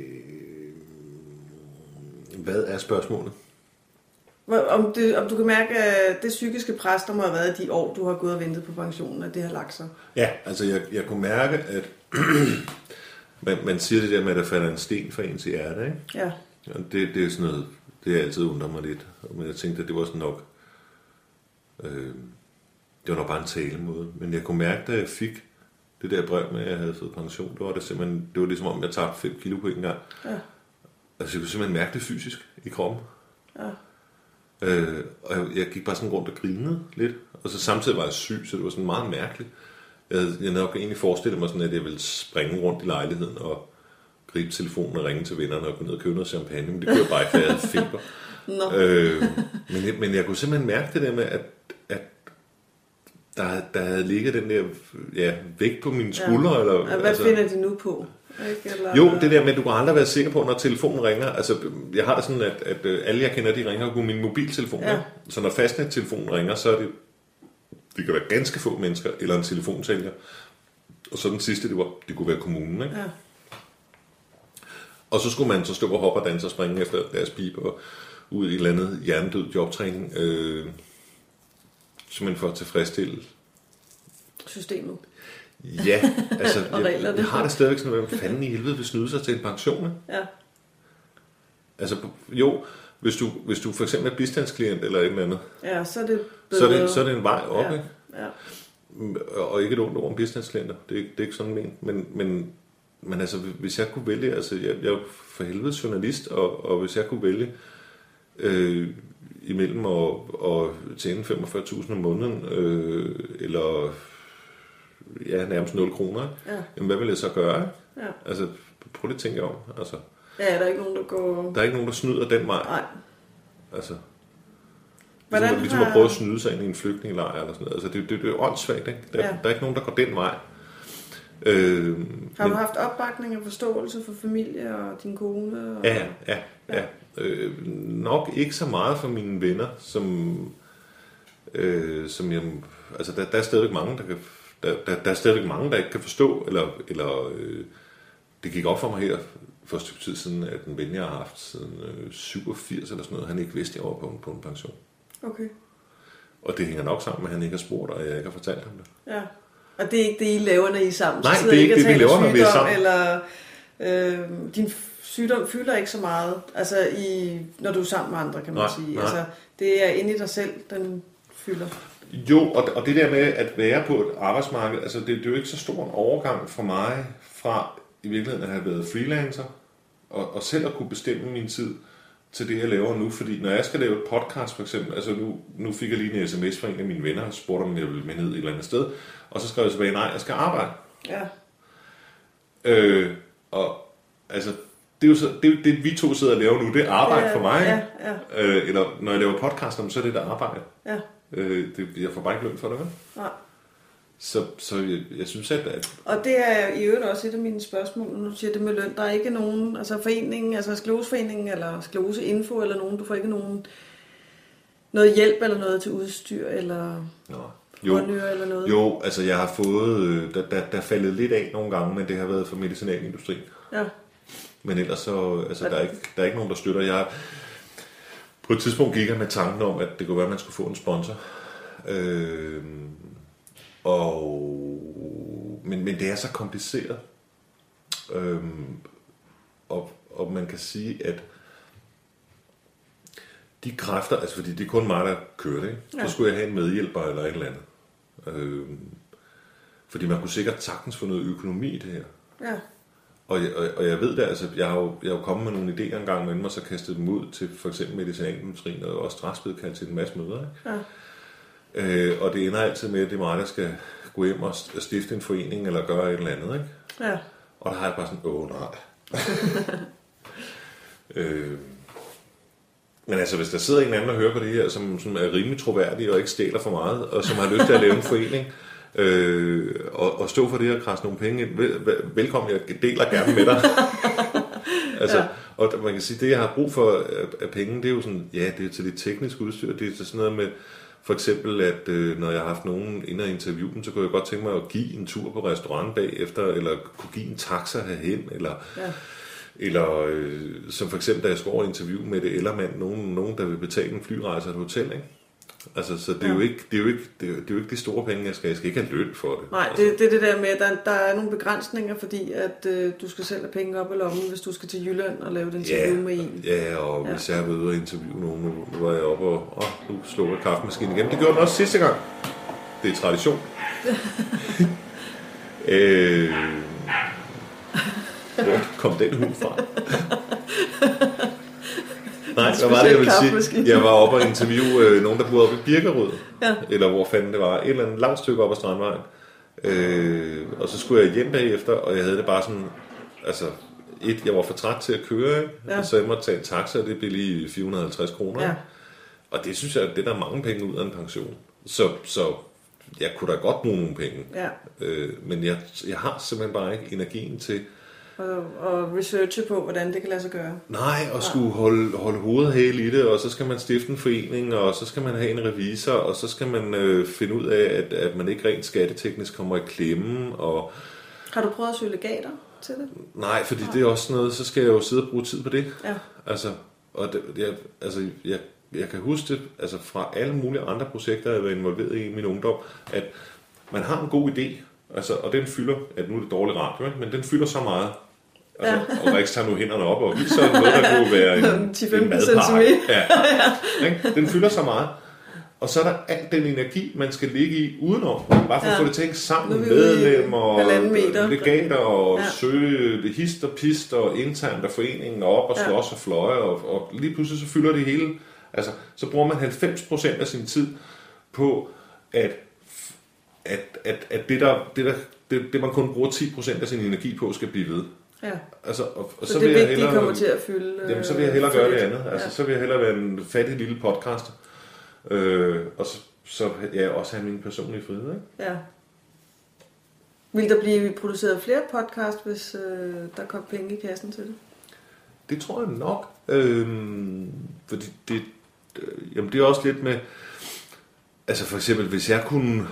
hvad er spørgsmålet? Om, det, om du kan mærke, at det psykiske pres, der må have været de år, du har gået og ventet på pensionen, at det har lagt sig. Ja, altså jeg, jeg kunne mærke, at man, man siger det der med, at der falder en sten for ens hjerte, ikke? Ja. Og det, det er sådan noget, det er altid undrer mig lidt. Men jeg tænkte, at det var sådan nok, øh, det var nok bare en talemåde. Men jeg kunne mærke, da jeg fik det der brev med, at jeg havde fået pension, det var det simpelthen, det var ligesom om, jeg tabte fem kilo på en gang. Ja. Altså jeg kunne simpelthen mærke det fysisk i kroppen. Ja. Øh, og jeg, jeg gik bare sådan rundt og grinede lidt, og så samtidig var jeg syg, så det var sådan meget mærkeligt. Jeg havde, jeg havde nok egentlig forestillet mig sådan, at jeg ville springe rundt i lejligheden og gribe telefonen og ringe til vennerne og gå ned og købe noget champagne, men det kunne jeg bare ikke, for jeg havde feber. No. øh, men, jeg, men jeg kunne simpelthen mærke det der med, at, at der, der havde ligget den der ja, vægt på mine skuldre. Ja. Eller, hvad altså, finder de nu på? Eller... Jo, det der med, at du kan aldrig være sikker på, når telefonen ringer. Altså, jeg har det sådan, at, at alle jeg kender, de ringer på min mobiltelefon. Ja. Så når fastnettelefonen ringer, så er det, det kan være ganske få mennesker, eller en telefonsælger. Og så den sidste, det, var, det kunne være kommunen, ikke? Ja. Og så skulle man så stå og hoppe og danse og springe efter deres pipe og ud i et eller andet hjernedød jobtræning. Øh, simpelthen for at tilfredsstille systemet. Ja, altså, jeg, jeg har det stadigvæk sådan, hvad fanden i helvede vil snyde sig til en pension. Ja. Altså, jo, hvis du, hvis du for eksempel er bistandsklient eller et eller andet, ja, så er det så er det, så er det en vej op, ja. Ikke? Ja. Og ikke et ondt ord om bistandsklienter, det er, det er ikke sådan men, men, men, men altså, hvis jeg kunne vælge, altså, jeg, jeg er for helvede journalist, og, og hvis jeg kunne vælge øh, imellem at, at tjene femogfyrre tusind om måneden, øh, eller ja, nærmest nul kroner, ja. Jamen hvad vil jeg så gøre? Ja. Altså, prøv lige at tænke om. Altså, ja, der er ikke nogen, der går... Der er ikke nogen, der snyder den vej. Nej. Altså, Hvordan ligesom, ligesom har... at prøve at snyde sig ind i en flygtningelejr eller sådan noget. Altså, det, det, det er åndssvagt, ikke? Der, ja. der er ikke nogen, der går den vej. Øh, har du men, haft opbakning og forståelse for familie og din kone? Og... Ja, ja, ja. Øh, nok ikke så meget for mine venner, som, øh, som jeg, altså der, der er stadigvæk mange, der kan, der, der, der er stadigvæk mange, der ikke kan forstå, eller, eller øh, det gik op for mig her for et stykke tid siden, at en ven, jeg har haft siden øh, syvogfirs eller sådan noget, han ikke vidste, jeg var på en, på en pension. Okay. Og det hænger nok sammen med, at han ikke har spurgt, og jeg ikke har fortalt ham det. Ja, og det er ikke det, I laver, når I er sammen? Nej, det er ikke det, vi laver, når vi er sammen. Eller øh, din sygdom fylder ikke så meget, altså i, når du er sammen med andre, kan man nej, sige. Nej. Altså, det er inde i dig selv, den fylder. Jo, og, og det der med at være på et arbejdsmarked, altså det, det er jo ikke så stor en overgang for mig fra i virkeligheden at have været freelancer, og, og selv at kunne bestemme min tid til det, jeg laver nu. Fordi når jeg skal lave et podcast for eksempel, altså nu, nu fik jeg lige en sms fra en af mine venner, og spurgte om jeg ville med ned et eller andet sted, og så skrev jeg tilbage, nej, jeg skal arbejde. Ja. Øh, og altså, det er jo så, det, det vi to sidder og laver nu, det er arbejde ja, for mig. Ja, ja. Øh, eller når jeg laver podcast, så er det der arbejde. Ja. Øh, det, jeg får bare ikke løn for det, vel? Nej. Så, så jeg, jeg synes, at, at... Og det er i øvrigt også et af mine spørgsmål, når du siger det med løn. Der er ikke nogen, altså foreningen, altså Skleroseforeningen eller Sklerose Info eller nogen, du får ikke nogen noget hjælp eller noget til udstyr eller håndører eller noget? Jo, altså jeg har fået, der, der, der er faldet lidt af nogle gange, men det har været for medicinalindustrien. Ja. Men ellers så, altså der er, ikke, der er ikke nogen, der støtter. Jeg, på et tidspunkt gik jeg med tanken om, at det kunne være, at man skulle få en sponsor. Øh, og, men, men det er så kompliceret. Øh, og, og man kan sige, at de kræfter, altså fordi det er kun mig, der kører det, ikke? Ja. Så skulle jeg have en medhjælper eller et eller andet. Øh, fordi man kunne sikkert sagtens få noget økonomi i det her. Ja. Og jeg, og, og jeg ved det, altså jeg har jo, jeg har jo kommet med nogle idéer en gang, men så kastet dem ud til for eksempel medicinalindustrien, og også straks blevet kaldt til en masse møder. Ikke? Ja. Øh, og det ender altid med, at det er mig, der skal gå hjem og stifte en forening, eller gøre et eller andet. Ikke? Ja. Og der har jeg bare sådan, åh nej. øh, men altså, hvis der sidder en anden og hører på det her, som, som er rimelig troværdig og ikke stjæler for meget, og som har lyst til at lave en forening, Øh, og, og stå for det og krasse nogle penge ind. Vel, vel, velkommen, jeg deler gerne med dig. altså, ja. Og man kan sige, det jeg har brug for af, af penge, det er jo sådan, ja, det er til det tekniske udstyr, det er til sådan noget med, for eksempel, at øh, når jeg har haft nogen inde og interviewe dem, så kunne jeg godt tænke mig at give en tur på restaurant bagefter, eller kunne give en taxa herhen, eller, ja. eller øh, som for eksempel, da jeg skulle over interviewe med det Ellermand, nogen, nogen, der vil betale en flyrejse og et hotel, ikke? Altså, så det er, ja. jo ikke, det, er jo ikke, det, er jo, det er jo ikke de store penge, jeg skal. Jeg skal ikke have løn for det. Nej, altså. det, det er det der med, at der, der er nogle begrænsninger, fordi at øh, du skal selv have penge op i lommen, hvis du skal til Jylland og lave den interview ja, med en. Ja, og ja. hvis jeg har været ude og interviewe nogen, nu, nu var jeg oppe og åh, nu slukker kaffemaskinen igen. Det gjorde den også sidste gang. Det er tradition. øh, hvor kom den hund fra? Nej, hvad var det, jeg ville sige? Jeg var oppe og interviewe øh, nogen, der boede oppe i Birkerød. Ja. Eller hvor fanden det var. Et eller andet langt stykke op ad Strandvejen. Øh, og så skulle jeg hjem bagefter, og jeg havde det bare sådan... Altså, et, jeg var for træt til at køre, ikke? Ja. Så jeg måtte tage en taxa, og det blev lige fire hundrede og halvtreds kroner. Ja. Og det synes jeg, det der er mange penge ud af en pension. Så, så jeg kunne da godt bruge nogle penge. Ja. Øh, men jeg, jeg har simpelthen bare ikke energien til... Og, og researche på, hvordan det kan lade sig gøre. Nej, og skulle holde, holde hovedet hæl i det, og så skal man stifte en forening, og så skal man have en revisor, og så skal man øh, finde ud af, at, at man ikke rent skatteteknisk kommer i klemme. Og... Har du prøvet at søge legater til det? Nej, fordi Nej. det er også noget, så skal jeg jo sidde og bruge tid på det. Ja. Altså, og det, jeg, altså, jeg, jeg kan huske det altså, fra alle mulige andre projekter, jeg har været involveret i i min ungdom, at man har en god idé, altså, og den fylder, at nu er det dårligt radio, men den fylder så meget. Altså, ja. Og Rex tager nu hænderne op og viser noget, der kunne være en, ti til femten centimeter. Ja. Ja. Den fylder så meget. Og så er der al den energi, man skal ligge i udenom. Bare for ja. at få det tænkt sammen med medlemmer og legater og ja. søge hist og pist og internt af foreningen og op og slås ja. og fløje. Og, og lige pludselig så fylder det hele. Altså, så bruger man halvfems procent af sin tid på, at, at, at, at det, der, det, der, det, det, man kun bruger ti procent af sin energi på, skal blive ved. Ja. Altså, og, og så, så det vil er jeg vigtigt, hellere, kommer til at fylde... Jamen, så vil jeg hellere gøre det andet. Altså, ja. Så vil jeg hellere være en fattig lille podcast. Øh, og så, så ja, også have min personlige frihed, ikke? Ja. Vil der blive produceret flere podcast, hvis øh, der kom penge i kassen til det? Det tror jeg nok. Øhm, fordi det, øh, jamen det er også lidt med... Altså for eksempel, hvis jeg kunne...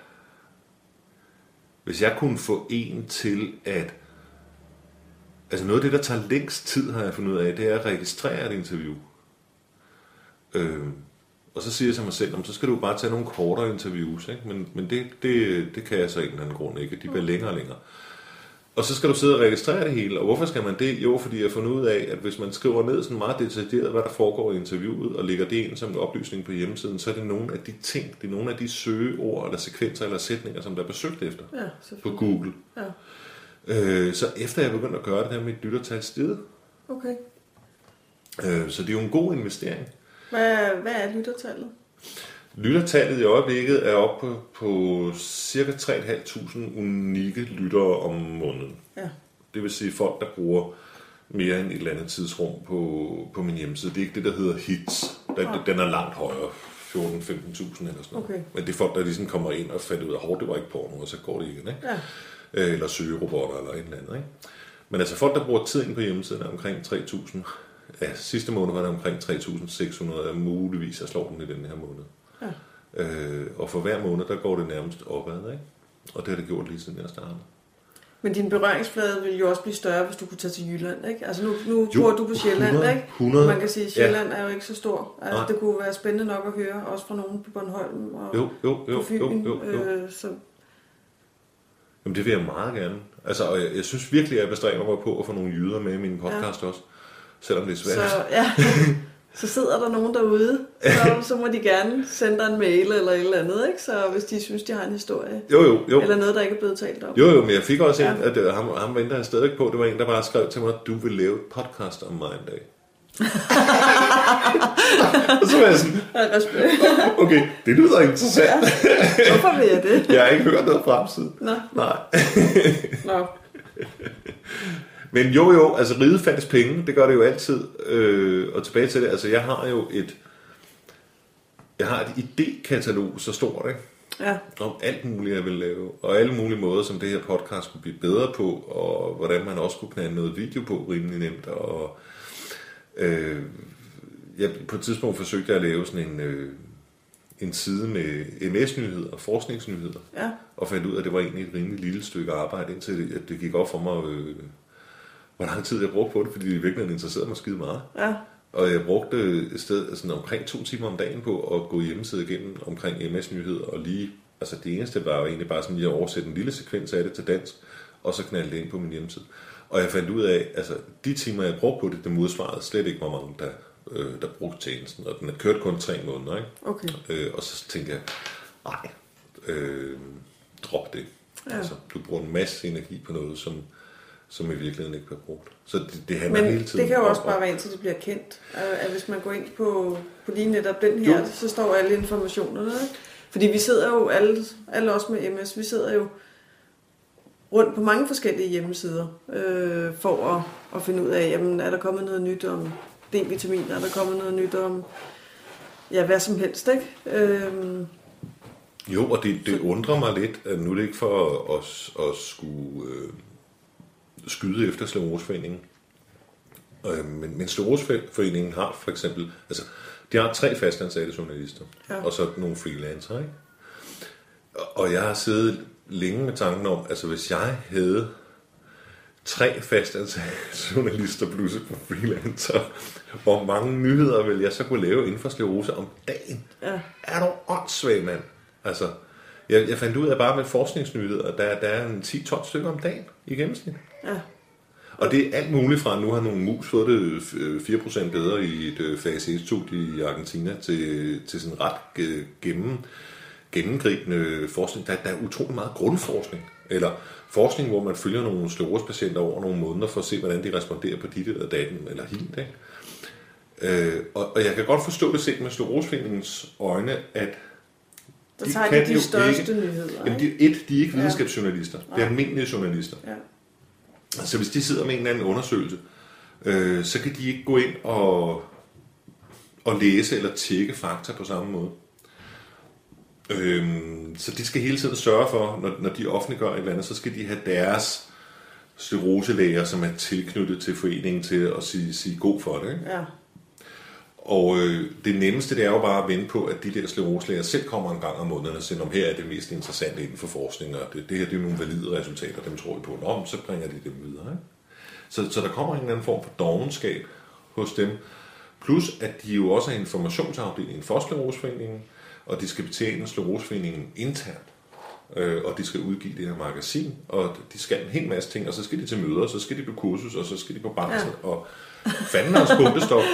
Hvis jeg kunne få en til at... Altså noget af det, der tager længst tid, har jeg fundet ud af, det er at registrere et interview. Øhm, og så siger jeg til mig selv, så skal du bare tage nogle kortere interviews, ikke? Men, men det, det, det kan jeg så af en eller anden grund ikke. De bliver længere og længere. Og så skal du sidde og registrere det hele. Og hvorfor skal man det? Jo, fordi jeg har fundet ud af, at hvis man skriver ned sådan meget detaljeret, hvad der foregår i interviewet, og lægger det ind som en oplysning på hjemmesiden, så er det nogle af de ting, det er nogle af de søgeord, eller sekvenser, eller sætninger, som der er besøgt efter ja, på Google. Ja. Øh, så efter jeg begyndte at gøre det der med et lyttertal steget. Okay. Øh, så det er jo en god investering. Hvad, hvad er lyttertallet? Lyttertallet i øjeblikket er oppe på, på cirka tre tusind fem hundrede unikke lyttere om måneden. Ja. Det vil sige folk, der bruger mere end et eller andet tidsrum på, på min hjemmeside. Det er ikke det, der hedder hits. Den, ja. den er langt højere. fjorten til femten tusind eller sådan noget. Okay. Men det er folk, der ligesom kommer ind og fandt ud af, at det var ikke porno, og så går det igen. Ikke? Ja. Eller søgerobotter eller et eller andet. Ikke? Men altså folk, der bruger tid ind på hjemmesiden, er omkring tre tusind. Ja, sidste måned var det omkring tre tusind seks hundrede, og muligvis jeg slår den i den her måned. Ja. Øh, og for hver måned, der går det nærmest opad, ikke? Og det har det gjort lige siden jeg startede. Men din berøringsflade ville jo også blive større, hvis du kunne tage til Jylland, ikke? Altså nu, nu jo, bor du på Sjælland, hundrede, ikke? hundrede, Man kan sige, at Sjælland ja. er jo ikke så stor. Altså, Nej. det kunne være spændende nok at høre, også fra nogen på Bornholm og jo, jo, jo, på Fyn. Jo, jo, jo. Øh, så... Jamen det vil jeg meget gerne. Altså, og jeg, jeg synes virkelig, at jeg bestræber mig på at få nogle jyder med i min podcast ja. også. Selvom det er svært. Så, ja. Så sidder der nogen derude, så, så må de gerne sende dig en mail eller et eller andet, ikke? Så hvis de synes, de har en historie. Jo, jo, jo. Eller noget, der ikke er blevet talt om. Jo, jo, men jeg fik også ja. en, at uh, ham, ham venter jeg stadig på. Det var en, der bare skrev til mig, at du vil lave et podcast om mig en dag. Og så var jeg sådan, okay, det lyder interessant. Ja. Hvorfor vil jeg det? Jeg har ikke hørt noget fra siden. Nå. Nej. Nå. Men jo jo, altså ride fattes penge, det gør det jo altid. Øh, og tilbage til det, altså jeg har jo et, jeg har et idékatalog så stort, ikke? Ja. Om alt muligt, jeg vil lave. Og alle mulige måder, som det her podcast kunne blive bedre på, og hvordan man også kunne knalde noget video på rimelig nemt. Og øh, jeg, på et tidspunkt forsøgte jeg at lave sådan en, øh, en side med M S-nyheder og forskningsnyheder. Ja. Og fandt ud af, at det var egentlig et rimelig lille stykke arbejde, indtil det, at det gik op for mig, øh, hvor lang tid jeg brugte på det, fordi det i virkeligheden interesserede mig skide meget. Ja. Og jeg brugte et sted sådan omkring to timer om dagen på at gå hjemmeside igennem omkring M S-nyheder, og lige, altså det eneste var jo egentlig bare sådan lige at oversætte en lille sekvens af det til dansk, og så knalde det ind på min hjemmeside. Og jeg fandt ud af, altså de timer jeg brugte på det, det modsvarede slet ikke, hvor mange der, øh, der brugte tjenesten, og den har kørt kun tre måneder, ikke? Okay. Øh, og så tænkte jeg, nej, øh, drop det. Ja. Altså, du bruger en masse energi på noget, som som i virkeligheden ikke bliver brugt. Så det, det handler Men hele tiden. Men det kan jo også bare være indtil det bliver kendt. At hvis man går ind på, på lige netop den her, jo. så står alle informationerne. Ikke? Fordi vi sidder jo, alle, alle os med M S, vi sidder jo rundt på mange forskellige hjemmesider, øh, for at, at finde ud af, jamen, er der kommet noget nyt om D-vitamin, er der kommet noget nyt om, ja, hvad som helst, ikke? Øh, jo, og det, det undrer mig lidt, at nu er det ikke for os at skulle øh, skyde efter Scleroseforeningen. Øh, men, men Scleroseforeningen har for eksempel, altså de har tre fastansatte journalister, ja. Og så nogle freelancer, ikke? Og jeg har siddet længe med tanken om, altså hvis jeg havde tre fastansatte journalister plus på freelancer, hvor mange nyheder vil jeg så kunne lave inden for sklerose om dagen? Ja. Er du åndssvag, mand? Altså, jeg, jeg fandt ud af bare med forskningsnyheder, der, der er en ti til tolv stykker om dagen i gennemsnit. Ja. Og det er alt muligt fra, nu har nogle mus fået det fire procent bedre i et fase et-studie i Argentina til, til sådan ret gennem, gennemgribende forskning. Der, der er utrolig meget grundforskning, eller forskning, hvor man følger nogle sklerosepatienter over nogle måneder for at se, hvordan de responderer på dit eller daten eller hint. Øh, og, og jeg kan godt forstå det set med Scleroseforeningens øjne, at der de tager de, de største ikke, nyheder. Jamen de, et, de er ikke videnskabsjournalister. Ja. Det er almindelige journalister. Ja. Så hvis de sidder med en eller anden undersøgelse, øh, så kan de ikke gå ind og, og læse eller tjekke fakta på samme måde. Øhm, så de skal hele tiden sørge for, når, når de offentliggør et eller andet, så skal de have deres skleroselæger, som er tilknyttet til foreningen, til at sige, sige god for det. Ikke? Ja. Og øh, det nemmeste, det er jo bare at vente på, at de der skleroselæger selv kommer en gang om måneden og siger, om her er det mest interessante inden for forskning, og det, det her det er nogle valide resultater, dem tror jeg på. Nå, så bringer de dem videre. Ikke? Så, så der kommer en eller anden form for dovenskab hos dem. Plus, at de jo også er informationsafdelingen for skleroseforeningen, og de skal betjene skleroseforeningen internt. Øh, og de skal udgive det her magasin, og de skal en hel masse ting, og så skal de til møder, og så skal de på kursus, og så skal de på barsel, ja. Og fanden også pumpestop.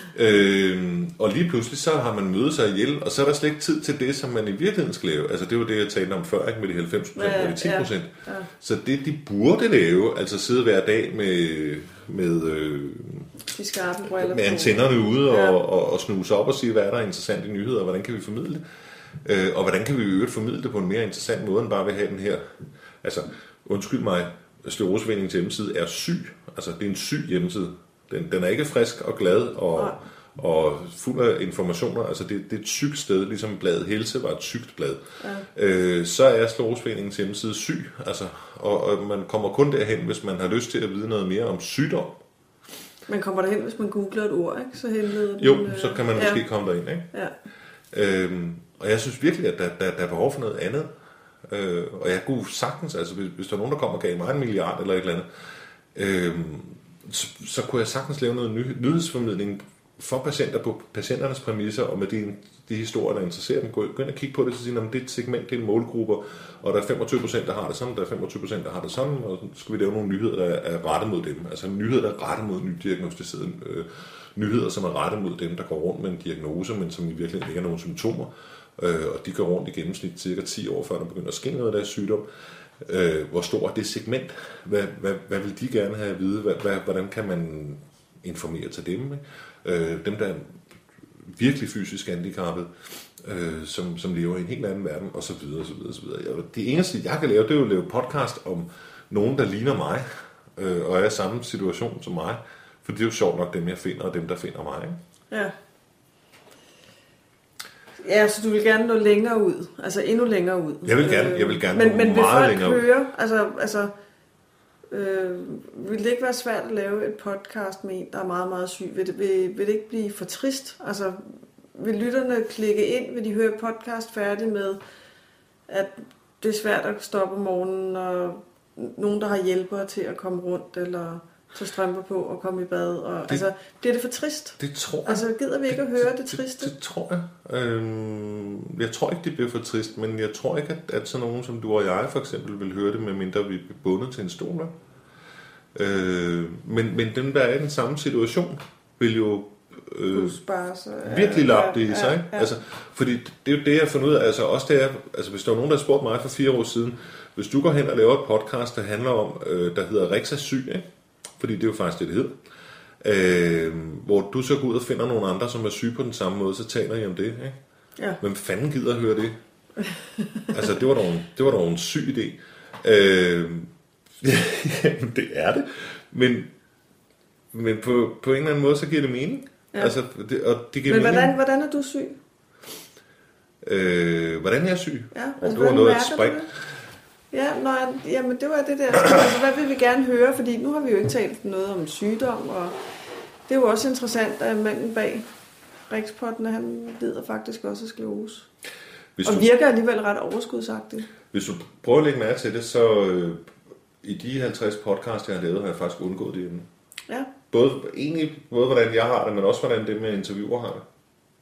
øh, og lige pludselig, så har man mødet sig ihjel, og så er der slet ikke tid til det, som man i virkeligheden skal lave. Altså det var det, jeg talte om før, ikke? Med de halvfems procent og de ti procent. Ja, ja. Så det, de burde lave, altså sidde hver dag med, med, øh, de skarpe briller med antennerne ude, ja. og, og, og snuse op og sige, hvad er der interessant i nyheder, og hvordan kan vi formidle det? Øh, og hvordan kan vi i øvrigt formidle det på en mere interessant måde, end bare ved at have den her, altså undskyld mig, Skleroseforeningens hjemmeside er syg, altså det er en syg hjemmeside. Den, den er ikke frisk og glad og, og fuld af informationer, altså det, det er et sygt sted, ligesom bladet Helse var et sygt blad. Ja. Øh, så er Skleroseforeningens hjemmeside syg, altså, og, og man kommer kun derhen, hvis man har lyst til at vide noget mere om sygdom. Man kommer derhen, hvis man googler et ord, ikke? Så henleder den, jo, så kan man måske ja. komme derind, ikke? Ja. Øhm, og jeg synes virkelig, at der, der, der er behov for noget andet. Øh, og jeg kunne sagtens, altså hvis, hvis der er nogen, der kommer og gav mig en milliard eller et eller andet, øh, så, så kunne jeg sagtens lave noget ny, nyhedsformidling for patienter på patienternes præmisser, og med de, de historier, der interesserer dem. Gå ind og kigge på det, så sige, at det er et segment, det er en målgrupper, og der er femogtyve procent, der har det sådan, der er femogtyve procent, der har det sådan, og så skal vi lave nogle nyheder, der er rettet mod dem. Altså nyheder, der er rettet mod nydiagnostiserede øh, nyheder, som er rettet mod dem, der går rundt med en diagnose, men som i virkeligheden ikke har nogen symptomer. Øh, og de går rundt i gennemsnit cirka ti år, før der begynder at ske noget af deres sygdom. Øh, hvor stor er det segment? Hvad, hvad, hvad vil de gerne have at vide? Hvad, hvad, hvordan kan man informere til dem? Ikke? Øh, dem, der er virkelig fysisk handicappet, øh, som, som lever i en helt anden verden, og så videre, og så videre, og så videre. Det eneste, jeg kan lave, det er jo at lave podcast om nogen, der ligner mig, øh, og er i samme situation som mig. For det er jo sjovt nok dem, jeg finder, og dem, der finder mig. Ikke? Ja. Ja, så du vil gerne nå længere ud, altså endnu længere ud. Jeg vil gerne, jeg vil gerne men, men meget længere ud. Men vil folk høre, altså, altså øh, vil det ikke være svært at lave et podcast med en, der er meget, meget syg? Vil det, vil, vil det ikke blive for trist? Altså, vil lytterne klikke ind, vil de høre podcast færdig med, at det er svært at stoppe om morgenen, og nogen, der har hjælpere til at komme rundt, eller tage strømper på og komme i bad. Og, det, altså, bliver det for trist? Det tror jeg. Altså, gider vi ikke det, at høre det, det triste? Det, det tror jeg. Øhm, jeg tror ikke, det bliver for trist, men jeg tror ikke, at, at sådan nogen som du og jeg for eksempel vil høre det, medmindre vi bliver bundet til en stol. Øh, men, men dem, der er i den samme situation, vil jo øh, virkelig lappe det i sig. Ja, ja. Altså, fordi det er jo det, jeg har fundet ud af. Altså, også det er, altså, hvis der var nogen, der spurgte mig for fire år siden, hvis du går hen og laver et podcast, der handler om, øh, der hedder Rex er syg, ikke? Fordi det er jo faktisk det, det hedder. Øh, hvor du så går ud og finder nogle andre, som er syge på den samme måde, så taler I om det, ikke? Ja. Hvem fanden gider at høre det? Altså, det var dog en, det var dog en syg idé. Øh, jamen, det er det. Men, men på, på en eller anden måde, så giver det mening. Ja. Altså, det, og det giver men mening. hvordan, hvordan er du syg? Øh, hvordan er jeg syg? Ja, altså, det var noget at spring. Ja, nej, jamen det var det der. Altså, hvad vil vi gerne høre? Fordi nu har vi jo ikke talt noget om sygdom, og det er jo også interessant, at manden bag Rikspodden, han lider faktisk også af sklerose. Hvis og du, virker alligevel ret overskudsagtigt. Hvis du prøver at lægge mærke til det, så øh, i de halvtreds podcasts, jeg har lavet, har jeg faktisk undgået det emne. Ja. Både, egentlig, både hvordan jeg har det, men også hvordan det med interviewer har det.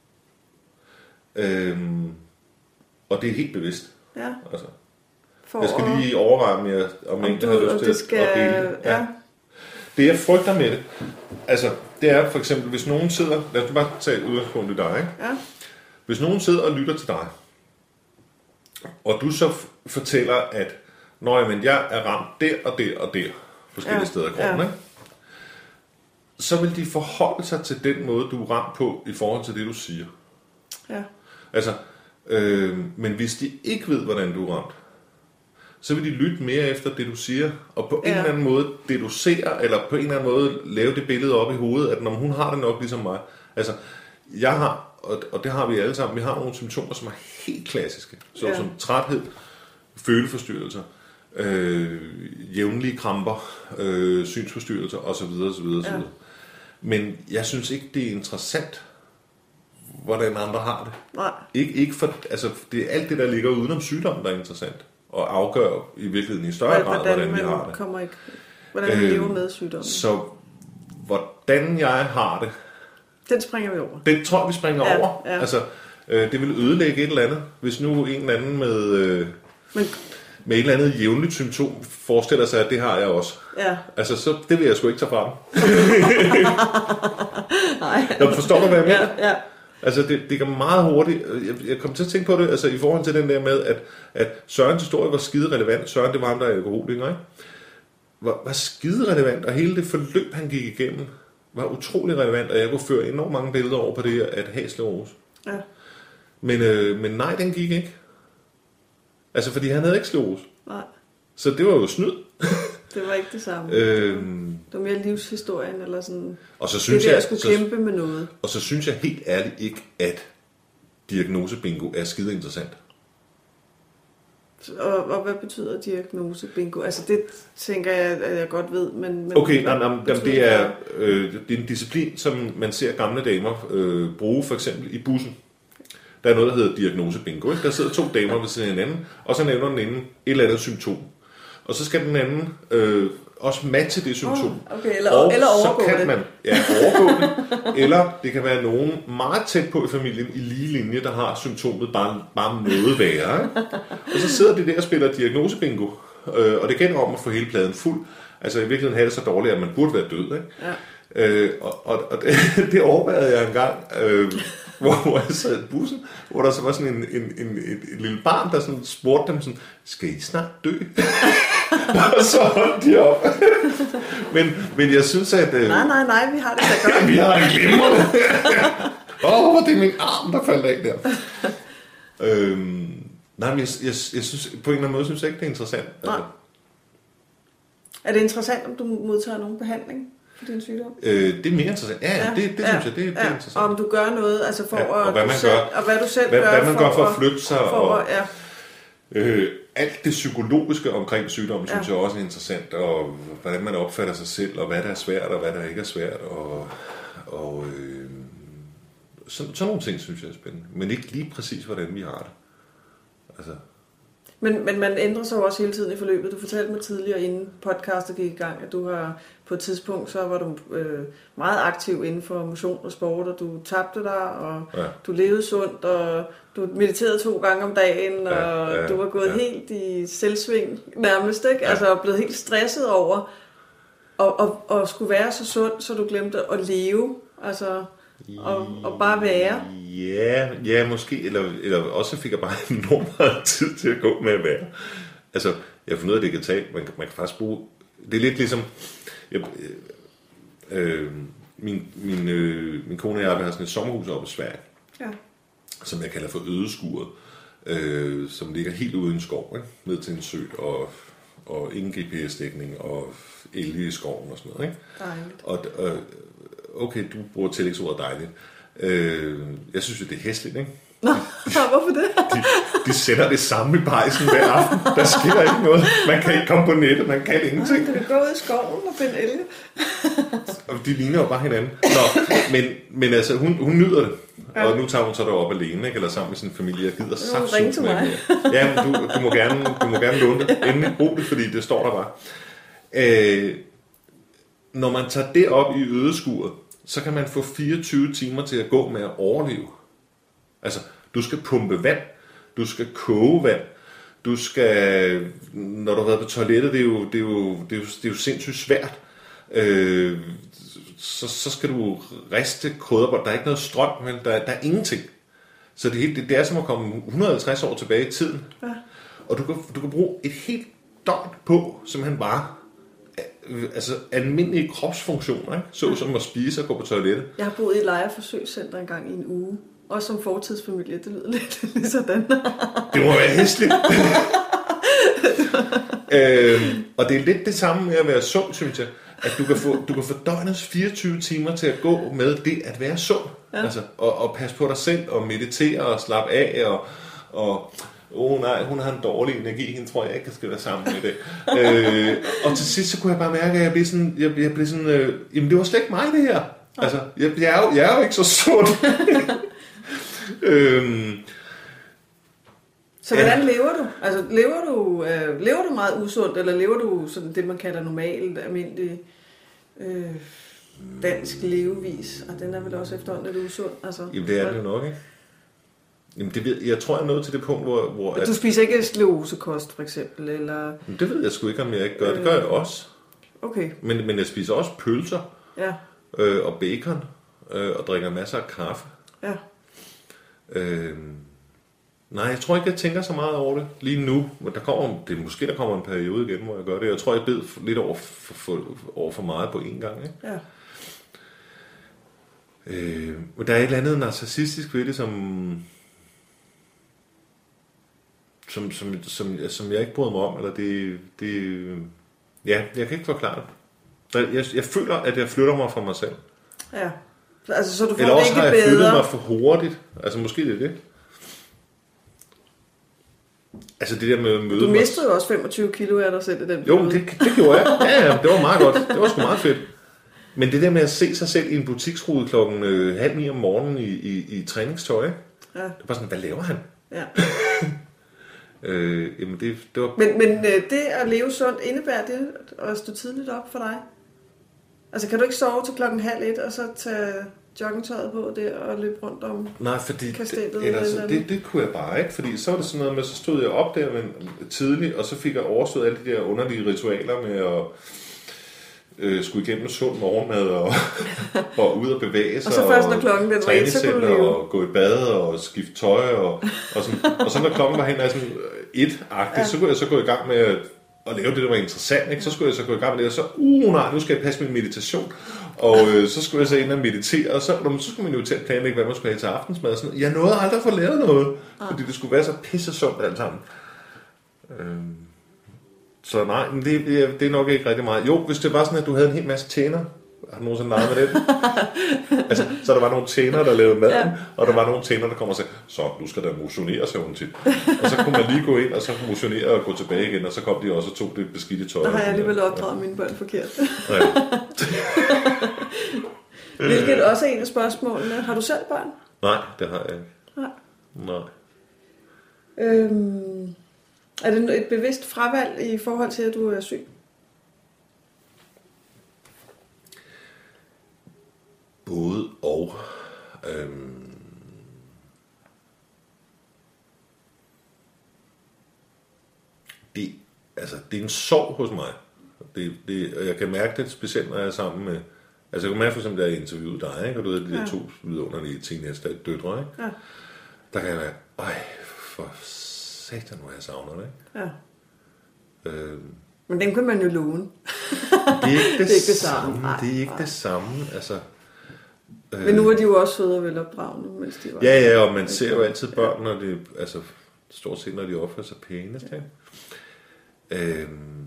Øhm, og det er helt bevidst. Ja. Altså. For jeg skal lige overveje, om jeg, om jeg ikke har lyst til skal, at dele det. Ja. Ja. Det jeg frygter med det, altså, det er for eksempel, hvis nogen sidder, lad os bare tage udgangspunkt i dig, ikke? Ja. Hvis nogen sidder og lytter til dig, og du så f- fortæller, at når jamen, jeg er ramt der og der og der, forskellige ja. steder i kroppen, ja. ikke? Så vil de forholde sig til den måde, du er ramt på, i forhold til det, du siger. Ja. Altså, øh, men hvis de ikke ved, hvordan du er ramt, så vil de lytte mere efter det, du siger, og på ja. en eller anden måde deducere, eller på en eller anden måde lave det billede op i hovedet, at når hun har det nok ligesom mig. Altså, jeg har, og, og det har vi alle sammen, vi har nogle symptomer, som er helt klassiske. Så ja. Som træthed, føleforstyrrelser, øh, jævnlige kramper, øh, synsforstyrrelser osv. osv., osv. Ja. Men jeg synes ikke, det er interessant, hvordan andre har det. Nej. Ikke, ikke for, altså, det er alt det, der ligger udenom sygdommen, der er interessant. Og afgør i virkeligheden i større grad, hvordan, hvordan vi har det. Kommer ikke, hvordan man øh, lever med sygdommen. Så hvordan jeg har det... Den springer vi over. Den tror vi springer ja, over. Ja. Altså, øh, det vil ødelægge et eller andet. Hvis nu en eller anden med, øh, Men, med et eller andet jævnligt symptom forestiller sig, at det har jeg også. Ja. Altså, så det vil jeg sgu ikke tage fra dem. Nej. Nå, forstår du, hvad jeg mener? Ja, ja. Altså, det, det kan meget hurtigt... Jeg, jeg kom til at tænke på det, altså i forhold til den der med, at, at Sørens historie var skide relevant. Søren, det var ham, der er alkoholiker, ikke? Var, var skide relevant, og hele det forløb, han gik igennem, var utrolig relevant, og jeg kunne føre enormt mange billeder over på det at have sklerose. Ja. Men, øh, men nej, den gik ikke. Altså, fordi han havde ikke sklerose. Nej. Så det var jo snyd. Det var ikke det samme. øhm, det var mere livshistorien, eller sådan... Og så synes det der, jeg, skulle så, kæmpe med noget. Og så synes jeg helt ærligt ikke, at diagnosebingo er skide interessant. Og, og hvad betyder diagnosebingo? Altså det tænker jeg, at jeg godt ved, men... men okay, nej, nej, det, er, øh, det er en disciplin, som man ser gamle damer øh, bruge, for eksempel i bussen. Der er noget, der hedder diagnosebingo. Ikke? Der sidder to damer ved siden af hinanden, og så nævner den ene et eller andet symptom. Og så skal den anden øh, også matche det symptom. Oh, okay, eller, og eller overgå så kan det. man ja, overgå det. Eller det kan være nogen meget tæt på i familien i lige linje, der har symptomet bare, bare noget værre. Ikke? Og så sidder de der og spiller diagnosebingo. Øh, og det gælder om at få hele pladen fuld. Altså i virkeligheden have det så dårligt, at man burde være død. Ikke? Ja. Øh, og og, og det, det overvejede jeg engang, øh, hvor, hvor jeg sad i bussen, hvor der så var sådan en, en, en, en, en lille barn, der sådan spurgte dem sådan, skal I snart dø? Og så holdt de op. men, men jeg synes, at... Øh, nej, nej, nej, vi har det da godt. vi har det glimrende. Åh, oh, det er min arm, der faldt af der. øhm, nej, men jeg, jeg, jeg synes, på en eller anden måde synes jeg ikke, det er interessant. Nej. Altså. Er det interessant, om du modtager nogen behandling for din sygdom? Øh, det er mere interessant. Ja, ja. det, det ja. synes jeg, det, det er ja. interessant. Og om du gør noget, altså for ja, og at... hvad man selv, gør. Og hvad du selv hvad, gør, hvad man for, gør for at flytte sig. For, og, ja. øh, alt det psykologiske omkring sygdommen, ja. synes jeg også er interessant. Og hvordan man opfatter sig selv, og hvad der er svært, og hvad der ikke er svært. Og, og øh, sådan, sådan nogle ting, synes jeg er spændende. Men ikke lige præcis, hvordan vi har det. Altså... Men, men man ændrer sig også hele tiden i forløbet. Du fortalte mig tidligere, inden podcastet gik i gang, at du har på et tidspunkt, så var du øh, meget aktiv inden for motion og sport, og du tabte dig, og ja. du levede sundt, og du mediterede to gange om dagen, og ja, ja, du var gået ja. helt i selvsving nærmest, ikke? Ja. Altså blevet helt stresset over at, at, at skulle være så sund, så du glemte at leve, altså og, og bare være. Ja, ja måske, eller, eller også fik jeg bare enormt meget tid til at gå med at være. Altså, jeg har fundet ud af, at det kan tage, man, man kan faktisk bruge, det er lidt ligesom, jeg, øh, min, min, øh, min kone og jeg har sådan et sommerhus oppe i Sverige, ja. som jeg kalder for ødeskuret, øh, som ligger helt ude i en skov, ikke? Ned til en sø, og, og ingen G P S-dækning, og elge i skoven og sådan noget. Ikke? Dejligt. Og, og okay, du bruger tillægsordet dejligt. Øh, jeg synes jo, det er hæsligt, ikke? Nå, hvorfor det? de, de sender det samme i pejsen hver aften. Der sker ikke noget. Man kan ikke komme på nettet, man kan ingenting. Du kan gå ud i skoven og finde elge. Og de ligner jo bare hinanden. Nå, men, men altså, hun, hun nyder det. Ja. Og nu tager hun så derop alene, ikke? Eller sammen med sin familie. Jeg gider saft ringe til mig. Ja, du, du, må gerne, du må gerne låne det. Endelig brug det, fordi det står der bare. Øh, når man tager det op i ødeskuret, så kan man få fireogtyve timer til at gå med at overleve. Altså, du skal pumpe vand, du skal koge vand, du skal, når du har været på toilettet, det er jo, det er jo, det er jo, det er jo sindssygt svært, øh, så, så skal du riste krydderbold, der er ikke noget strøm, men der, der er ingenting. Så det, helt, det, det er som at komme et hundrede og halvtreds år tilbage i tiden. Ja. Og du kan, du kan bruge et helt døgn på, simpelthen bare, altså almindelige kropsfunktioner, ikke? Så som at spise og gå på toilettet. Jeg har boet i et lejerforsøgscenter engang i en uge. Også som fortidsfamilie, det lyder lidt sådan. Det må være hæsligt. øhm, og det er lidt det samme med at være sund, synes jeg. at du kan få, du kan få døgnets fireogtyve timer til at gå med det at være sund. Ja. Altså, og, og passe på dig selv, og meditere, og slappe af, og... og åh oh, nej, hun har en dårlig energi, hende tror jeg ikke, jeg skal være sammen med det. øh, og til sidst, så kunne jeg bare mærke, at jeg blev sådan, jeg, jeg blev sådan øh, jamen det var slet ikke mig, det her. Altså, jeg, jeg, er, jo, jeg er jo ikke så sund. øhm, så hvordan ja. lever du? Altså, lever du, øh, lever du meget usundt, eller lever du sådan det, man kalder normalt, almindelig øh, dansk levevis? Og den er vel også efterhånden lidt usund? Altså, jamen det er det jo nok, ikke? Jamen det ved, jeg tror, jeg er nået til det punkt, hvor... hvor at, du spiser ikke sklerosekost, for eksempel, eller... Det ved jeg sgu ikke, om jeg ikke gør. Øh, det gør jeg også. Okay. Men, men jeg spiser også pølser, ja. øh, og bacon, øh, og drikker masser af kaffe. Ja. Øh, nej, jeg tror ikke, jeg tænker så meget over det lige nu. Men der kommer, det er måske, der kommer en periode igen, hvor jeg gør det. Jeg tror, jeg bed lidt over for, for, over for meget på én gang, ikke? Ja. Øh, men der er et eller andet narcissistisk ved det, som... Som, som, som, som jeg ikke bryder mig om, eller det, det... Ja, jeg kan ikke forklare det. Jeg, jeg føler, at jeg flytter mig fra mig selv. Ja. Altså, så du får eller også ikke har jeg bedre. flyttet mig for hurtigt. Altså, måske det er det. Altså, det der med at møde Du mistede jo også femogtyve kilo af dig selv i den periode. Jo, det, det gjorde jeg. Ja, ja, det var meget godt. Det var sgu meget fedt. Men det der med at se sig selv i en butiksrude klokken øh, halv ni om morgenen i, i, i træningstøj, ja. Det var bare sådan, hvad laver han? Ja. Øh, jamen det, det var... Men, men øh, det at leve sundt, indebærer det at stå tidligt op for dig? Altså kan du ikke sove til klokken halv et, og så tage joggingtøjet på der og løbe rundt om Nej, fordi kastellet? Det, eller, så, det, det kunne jeg bare ikke, fordi så var det sådan noget med, så stod jeg op der men, tidligt, og så fik jeg overstået alle de der underlige ritualer med at øh, skulle igennem sund morgenmad og, og ud og bevæge sig. Og så først når klokken den var, så kunne du leve. Og gå i bad og skifte tøj. Og, og, sådan, og så når klokken var hen af sådan et-agtigt, ja. Så kunne jeg så gå i gang med at, at lave det, der var interessant. Ikke? Så skulle jeg så gå i gang med det, og så, uh nej, nu skal jeg passe min meditation. Og øh, så skulle jeg så ind og meditere, og så, så skulle man jo til at planlægge, hvad man skulle have til aftensmad. Sådan. Jeg nåede aldrig at få lavet noget, ja. Fordi det skulle være så pisse sundt alt sammen. Øhm. Så nej, men det, det er nok ikke rigtig meget. Jo, hvis det var sådan, at du havde en hel masse tjener. Har du nogensinde leget med det? Altså, så der var nogle tjener, der lavede maden, ja. Og der var nogle tjener, der kom og sagde, så nu skal der motionere, sagde hun tit. Og så kunne man lige gå ind, og så motionere og gå tilbage igen, og så kom de også og tog det beskidte tøj. Der har jeg alligevel opdraget ja. mine børn forkert. Ja. Hvilket også er en af spørgsmålene. Har du selv børn? Nej, det har jeg ikke. Nej. Nej. Øhm... Er det et bevidst fravalg i forhold til, at du er syg? Både og. Øhm... Det, altså, det er en sorg hos mig. Det, det, og jeg kan mærke det specielt, når jeg er sammen med... Altså, jeg kan mærke for eksempel, at jeg interviewede dig, ikke? Og du ved, de der ja. to vidunderlige teenage døtre, ikke? Ja. Der kan jeg være, øj, for satan, hvor jeg savner det, ikke? Ja. Øhm, Men den kan man jo låne. det er ikke det, det, er ikke det samme. samme. Det er ikke nej. det samme, altså... Øh, Men nu er de jo også søde og velopdragende, mens de var... Ja, ja, og man ser jo altid børn, når de... Altså, stort set, når de opfører sig pænest, ikke? Øhm,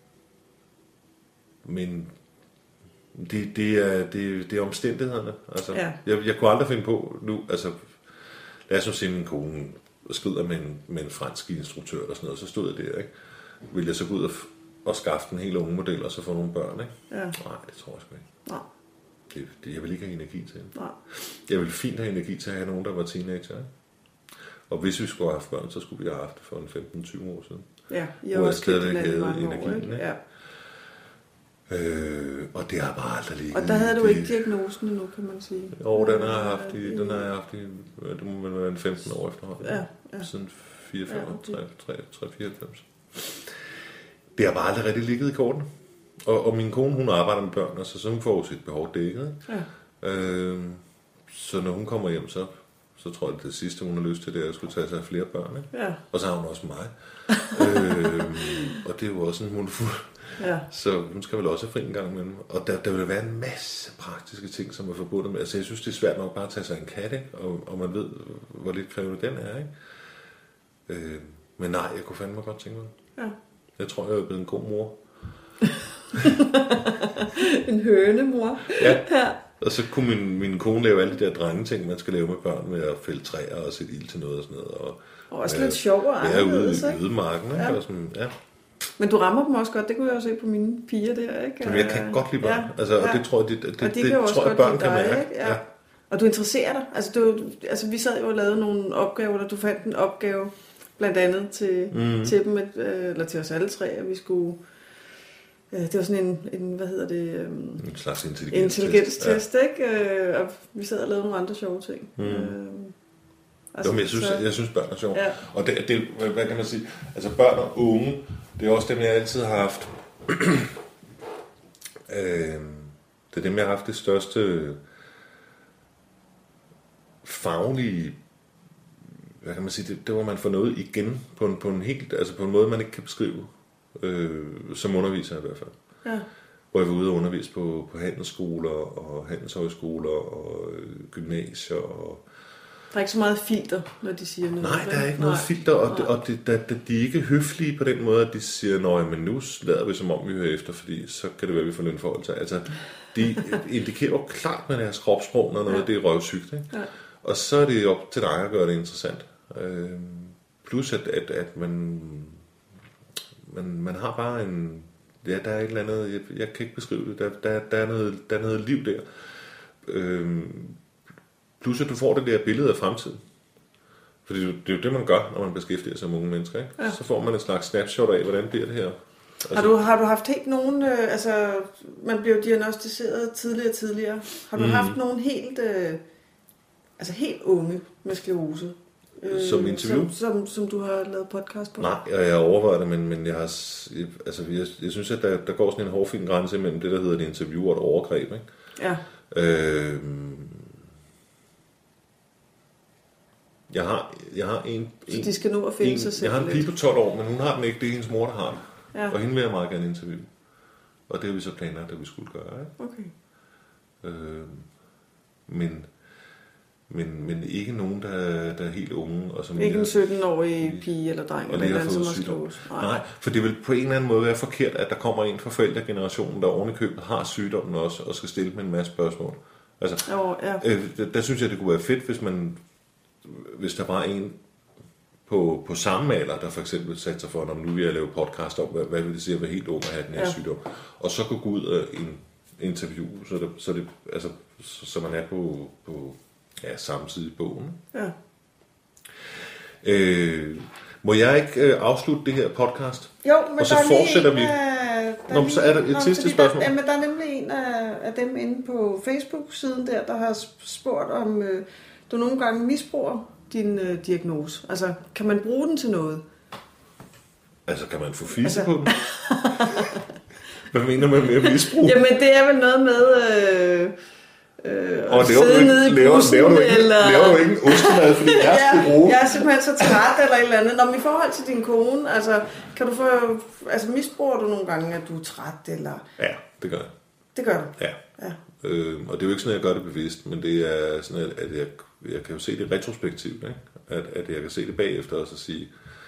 men... Det, det, er, det, det er omstændighederne. Altså, ja. jeg, jeg kunne aldrig finde på nu... Altså, lad os nu se min kone skrider med en, med en fransk instruktør og sådan noget, så stod jeg der, ikke? Vil jeg så gå ud og, og skaffe en helt unge model, og så få nogle børn, ikke? Ja. Nej, det tror jeg sgu ikke. Nej. Det, det, jeg vil ikke have energi til det. Nej. Jeg vil fint have energi til at have nogen, der var teenager, ikke? Og hvis vi skulle have haft børn, så skulle vi have haft det for en femten til tyve år siden. Ja, jeg har også stadig havde energien, år, ikke? Ja. Øh, og det har bare aldrig ligget. Og der havde du ikke diagnosen endnu, kan man sige. Jo, den har jeg haft i, den har jeg haft i, det må være en femten år efterhånden. Ja, ja. Siden fireogfyrre, tre, fireoghalvfems. Det har bare aldrig rigtig ligget i korten. Og, og min kone, hun arbejder med børn, og så, så hun får jo sit behov dækket. Ja. Øh, så når hun kommer hjem, så, så tror jeg, at det sidste, hun har lyst til, det er at skulle tage sig af flere børn. Ikke? Ja. Og så har hun også mig. øh, og det er jo også en mundfuld. Ja. Så hun skal vel også have fri en gang imellem. Og der, der vil være en masse praktiske ting, som er forbundet med. Altså jeg synes, det er svært nok bare at tage sig en kat, ikke? Og, og man ved, hvor lidt krævende den er, ikke? Øh, men nej, jeg kunne fandme godt tænke mig. Ja. Jeg tror, jeg er blevet en god mor. En hønemor. Ja. Ja. Og så kunne min, min kone lave alle de der drengeting, man skal lave med børn, med at fælde træer og sætte ild til noget og sådan noget. Og, og også øh, lidt sjov og anderledes, ikke? Ja, ude i ødemarken, ikke? Ja. Og sådan, ja. Men du rammer dem også godt, det kunne jeg også se på mine piger der, ikke? Jamen, jeg kan godt lide børn, ja. altså, og det tror jeg, det, det, det, de det tror jeg, børn kan mærke. Ja. Ja. Og du interesserer dig, altså, du, altså vi sad jo og lavede nogle opgaver, der du fandt en opgave, blandt andet til, mm. til dem, eller til os alle tre, at vi skulle... Det var sådan en, en hvad hedder det? En slags intelligenstest. Intelligenstest, ja. Ikke? Og vi sad og lavede nogle andre sjove ting. Mm. Altså, jo, men jeg synes, jeg synes børn er sjove. Ja. Og det, det, hvad kan man sige? Altså børn og unge, det er også dem, jeg altid har haft. øh, det er dem, jeg har haft det største faglige, hvad kan man sige, det, det var man får noget igen på en, på en helt, altså på en måde, man ikke kan beskrive. Øh, som underviser i hvert fald. Ja. Hvor jeg var ude og undervise på, på handelsskoler og handelshøjskoler og øh, gymnasier. Og... Der er ikke så meget filter, når de siger noget. Nej, der er ikke noget Nej. filter, og, det, og det, der, der, de er ikke høflige på den måde, at de siger, nej, men nu lader vi som om, vi hører efter, fordi så kan det være, at vi får lønforhold til. Altså, de indikerer jo klart med deres kropssprog, når noget ja. det er røvsygt. Ikke? Ja. Og så er det op til dig at gøre det interessant. Øh, plus, at, at, at man... Men man har bare en... Ja, der er et eller andet... Jeg, jeg kan ikke beskrive det. Der, der, der, er, noget, der er noget liv der. Øhm, plus at du får det der billede af fremtiden. Fordi det, det er jo det, man gør, når man beskæftiger sig med unge mennesker. Ikke? Ja. Så får man en slags snapshot af, hvordan bliver det her. Altså, har, du, har du haft helt nogen... Øh, altså, man bliver jo diagnostiseret tidligere og tidligere. Har du mm. haft nogen helt... Øh, altså helt unge med sklerose? Som interview? Som, som, som du har lavet podcast på? Nej, jeg, jeg overvejer det, men, men jeg har... Altså, jeg, jeg synes, at der, der går sådan en hårfin grænse mellem det, der hedder et interview og et overgreb, ikke? Ja. Øh, jeg har, jeg har en... Så de skal nu at finde en, sig selv. Jeg har en pige på tolv år, men hun har den ikke. Det er hendes mor, der har den. Ja. Og hende vil jeg meget gerne interviewe. Og det har vi så planlagt, at vi skulle gøre, ikke? Okay. Øh, men... Men, men ikke nogen, der, der er helt unge. Og som ikke en sytten-årig pige eller dreng, eller eller som har sklerose. Nej. Nej, for det vil på en eller anden måde være forkert, at der kommer en fra forældregenerationen, der oven i købet har sygdommen også, og skal stille med en masse spørgsmål. Altså, jo, ja. øh, der, der synes jeg, det kunne være fedt, hvis man, hvis der var en på, på samme alder, der for eksempel satte sig for, når nu vil jeg lave podcast om, hvad, hvad vil det sige at være helt ung og have den her ja. sygdom, og så kunne gå ud af en interview, så, det, så, det, altså, så, så man er på... på ja, samtidig i bogen. Ja. Øh, må jeg ikke øh, afslutte det her podcast? Jo, men og så der er fortsætter en, vi. Der Nå, lige, så er der et nå, sidste spørgsmål. Der, jamen, der er nemlig en af, af dem inde på Facebook-siden der, der har spurgt om, øh, du nogle gange misbruger din øh, diagnose. Altså, kan man bruge den til noget? Altså, kan man få fisse altså... på den? Hvad mener man med at misbruge? Jamen, det er vel noget med... Øh, Øh, og, og sidde ikke, nede i bussen, laver du ikke, eller... laver du ikke en ostemad, fordi jeg ja, skal bruge? Jeg er simpelthen så træt eller et eller andet. Nå, men i forhold til din kone, altså, kan du få, altså misbruger du nogle gange, at du er træt, eller... Ja, det gør jeg. Det gør du? Ja. ja. Øh, og det er jo ikke sådan, at jeg gør det bevidst, men det er sådan, at jeg, jeg kan jo se det retrospektivt, ikke? At, at jeg kan se det bagefter og så sige,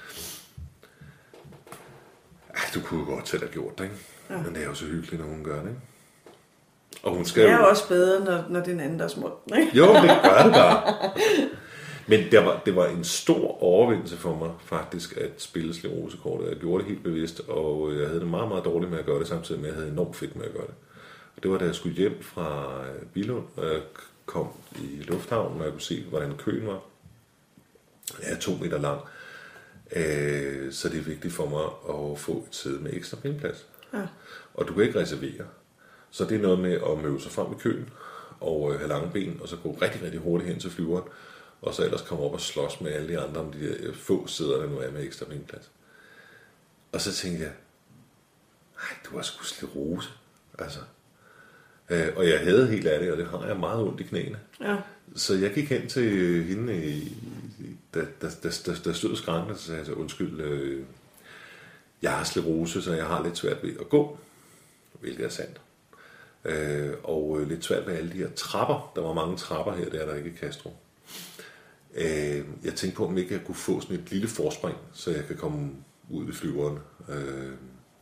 du kunne jo godt selv have gjort det, ikke? Ja. Men det er jo så hyggeligt, når hun gør det, ikke? Og hun skal det er jo også bedre, når, når det er en anden, der er smuk. Jo, det gør det bare. Men det var, det var en stor overvindelse for mig, faktisk, at spille sklerosekortet. Jeg gjorde det helt bevidst, og jeg havde det meget, meget dårligt med at gøre det, samtidig med, at jeg havde enormt fedt med at gøre det. Og det var, da jeg skulle hjem fra Billund, og jeg kom i lufthavnen, og jeg kunne se, hvordan køen var. Jeg er to meter lang, så det er vigtigt for mig at få et sæde med ekstra benplads. Ja. Og du kan ikke reservere. Så det er noget med at møde sig frem i køen og øh, have lange ben, og så gå rigtig, rigtig hurtigt hen til flyveren, og så ellers komme op og slås med alle de andre om de der få sæder, der nu er med ekstra benplads. Og så tænkte jeg, nej, du har sgu sklerose. Altså. Øh, og jeg havde helt af det, og det har jeg meget ondt i knæene. Ja. Så jeg gik hen til hende, i, der, der, der, der, der stod skranken, og så sagde jeg så, undskyld, øh, jeg har sklerose, så jeg har lidt svært ved at gå, hvilket er sandt. Øh, og lidt svært ved alle de her trapper. Der var mange trapper her, der er der ikke i Castro. Øh, jeg tænkte på, om ikke jeg kunne få sådan et lille forspring, så jeg kan komme ud ved flyveren øh,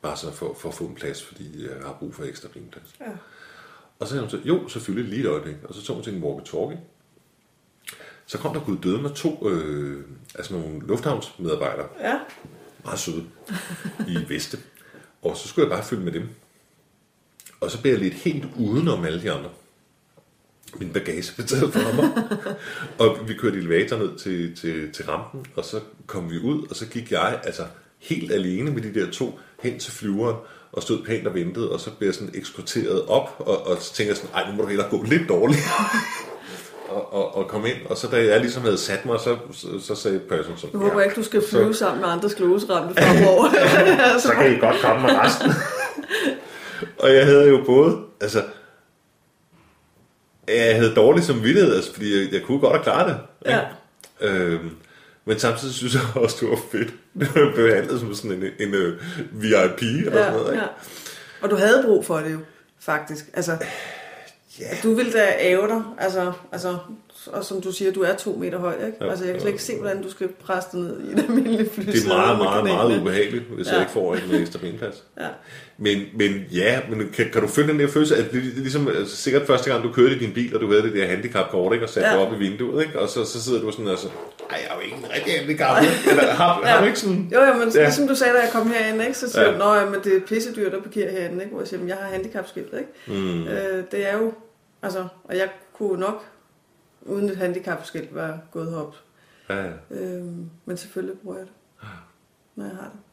Bare så for, for at få en plads, fordi jeg har brug for ekstra benplads. Ja. Og så sagde hun så, jo, selvfølgelig lige et øjeblik. Og så tog hun til en walkie-talkie. Så kom der gud døde med to, øh, altså nogle lufthavnsmedarbejdere. Ja. Meget søde. I veste. Og så skulle jeg bare følge med dem. Og så blev jeg lidt helt udenom alle de andre. Min bagage blev taget fra mig. Og vi kørte elevator ned til, til, til rampen, og så kom vi ud, og så gik jeg altså helt alene med de der to hen til flyveren, og stod pænt og ventede, og så blev jeg sådan eskorteret op, og, og så tænkte jeg sådan, ej, nu må du hellere gå lidt dårligt. og, og, og kom ind, og så da jeg ligesom havde sat mig, så, så, så sagde person sådan, jeg håber ja, ikke, du skal flyve så... sammen med andre skleroseramte fremover. Så kan I godt komme med resten. Og jeg havde jo både, altså, jeg havde dårlig samvittighed, altså, fordi jeg, jeg kunne godt have klaret det. Ja. Øhm, men samtidig synes jeg også, det var fedt. Det var behandlet som sådan en, en, en V I P eller ja, sådan noget. Ikke? Ja. Og du havde brug for det jo, faktisk. Altså, yeah. Du ville da æve dig, altså, altså, og som du siger, du er to meter høj, ikke? Ja, altså, jeg kan slet ikke se, hvordan du skal presse dig ned i en almindelig fly. Det er meget, meget, meget ubehageligt, hvis ja. jeg ikke får en ekstra benplads. Ja. Men, men ja, men kan, kan du følge den der følelse, at det er ligesom altså, sikkert første gang, du kørte i din bil, og du havde det der handicapkort, ikke? Og satte ja. dig op i vinduet, ikke? Og så, så sidder du sådan og så, ej, jeg er jo ikke en rigtig handicap, eller har, ja. har du ikke sådan... Jo, jo, men ja. ligesom du sagde, da jeg kom herinde, ikke? Så siger ja. du, nå, ja, men det er pissedyrt at parkere herinde, ikke? Hvor jeg siger, jeg har handicapskilt, ikke? Mm. Øh, det er jo, altså, og jeg kunne nok uden et handicapskilt være gået herop. Ja, ja. Øhm, men selvfølgelig bruger jeg det, når jeg har det.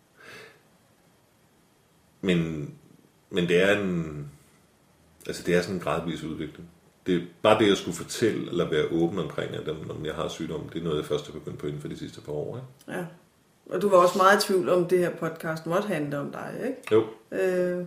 Men, men det er en, altså det er sådan en gradvis udvikling. Det er bare det, jeg skulle fortælle, eller være åben omkring, at om jeg har sygdom, det er noget, jeg først har begyndt på inden for de sidste par år. Ikke? Ja, og du var også meget i tvivl om, det her podcast måtte handle om dig, ikke? Jo. Øh,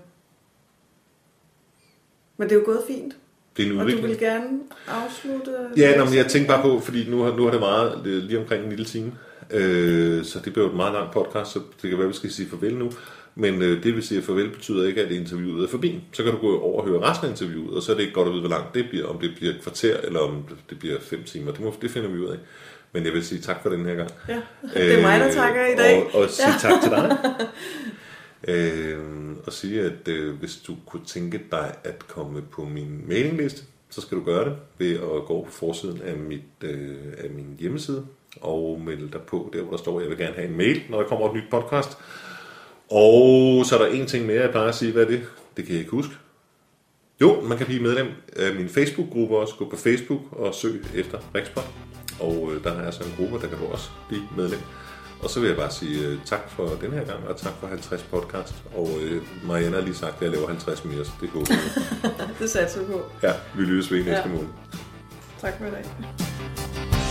men det er jo gået fint. Det er en udvikling. Og du vil gerne afslutte? Ja, nå, men jeg tænker bare på, fordi nu har, nu har det meget lige omkring en lille time, øh, så det bliver et meget langt podcast, så det kan være, vi skal sige farvel nu. Men øh, det vil sige, at farvel betyder ikke, at interviewet er forbi. Så kan du gå over og høre resten af interviewet, og så er det ikke godt at vide, hvor langt det bliver, om det bliver et kvarter, eller om det bliver fem timer. Det, må, det finder vi ud af. Men jeg vil sige tak for den her gang. Ja, det er mig, der takker i dag. Og, og sige ja. tak til dig. øh, og sige, at øh, hvis du kunne tænke dig at komme på min mailingliste, så skal du gøre det ved at gå på forsiden af, mit, øh, af min hjemmeside og melde dig på der, hvor der står, at jeg vil gerne have en mail, når der kommer et nyt podcast. Og så er der en ting mere, jeg plejer at sige, hvad er det? Det kan jeg ikke huske. Jo, man kan blive medlem af min Facebook-gruppe også. Gå på Facebook og søg efter Rexpod. Og øh, der har jeg så en gruppe, der kan du også blive medlem. Og så vil jeg bare sige øh, tak for den her gang, og tak for halvtreds podcast. Og øh, Marianne har lige sagt, at jeg laver halvtreds mere, så det håber jeg. Det satser vi på. Ja, vi lyttes ved næste ja. måned. Tak for i dag.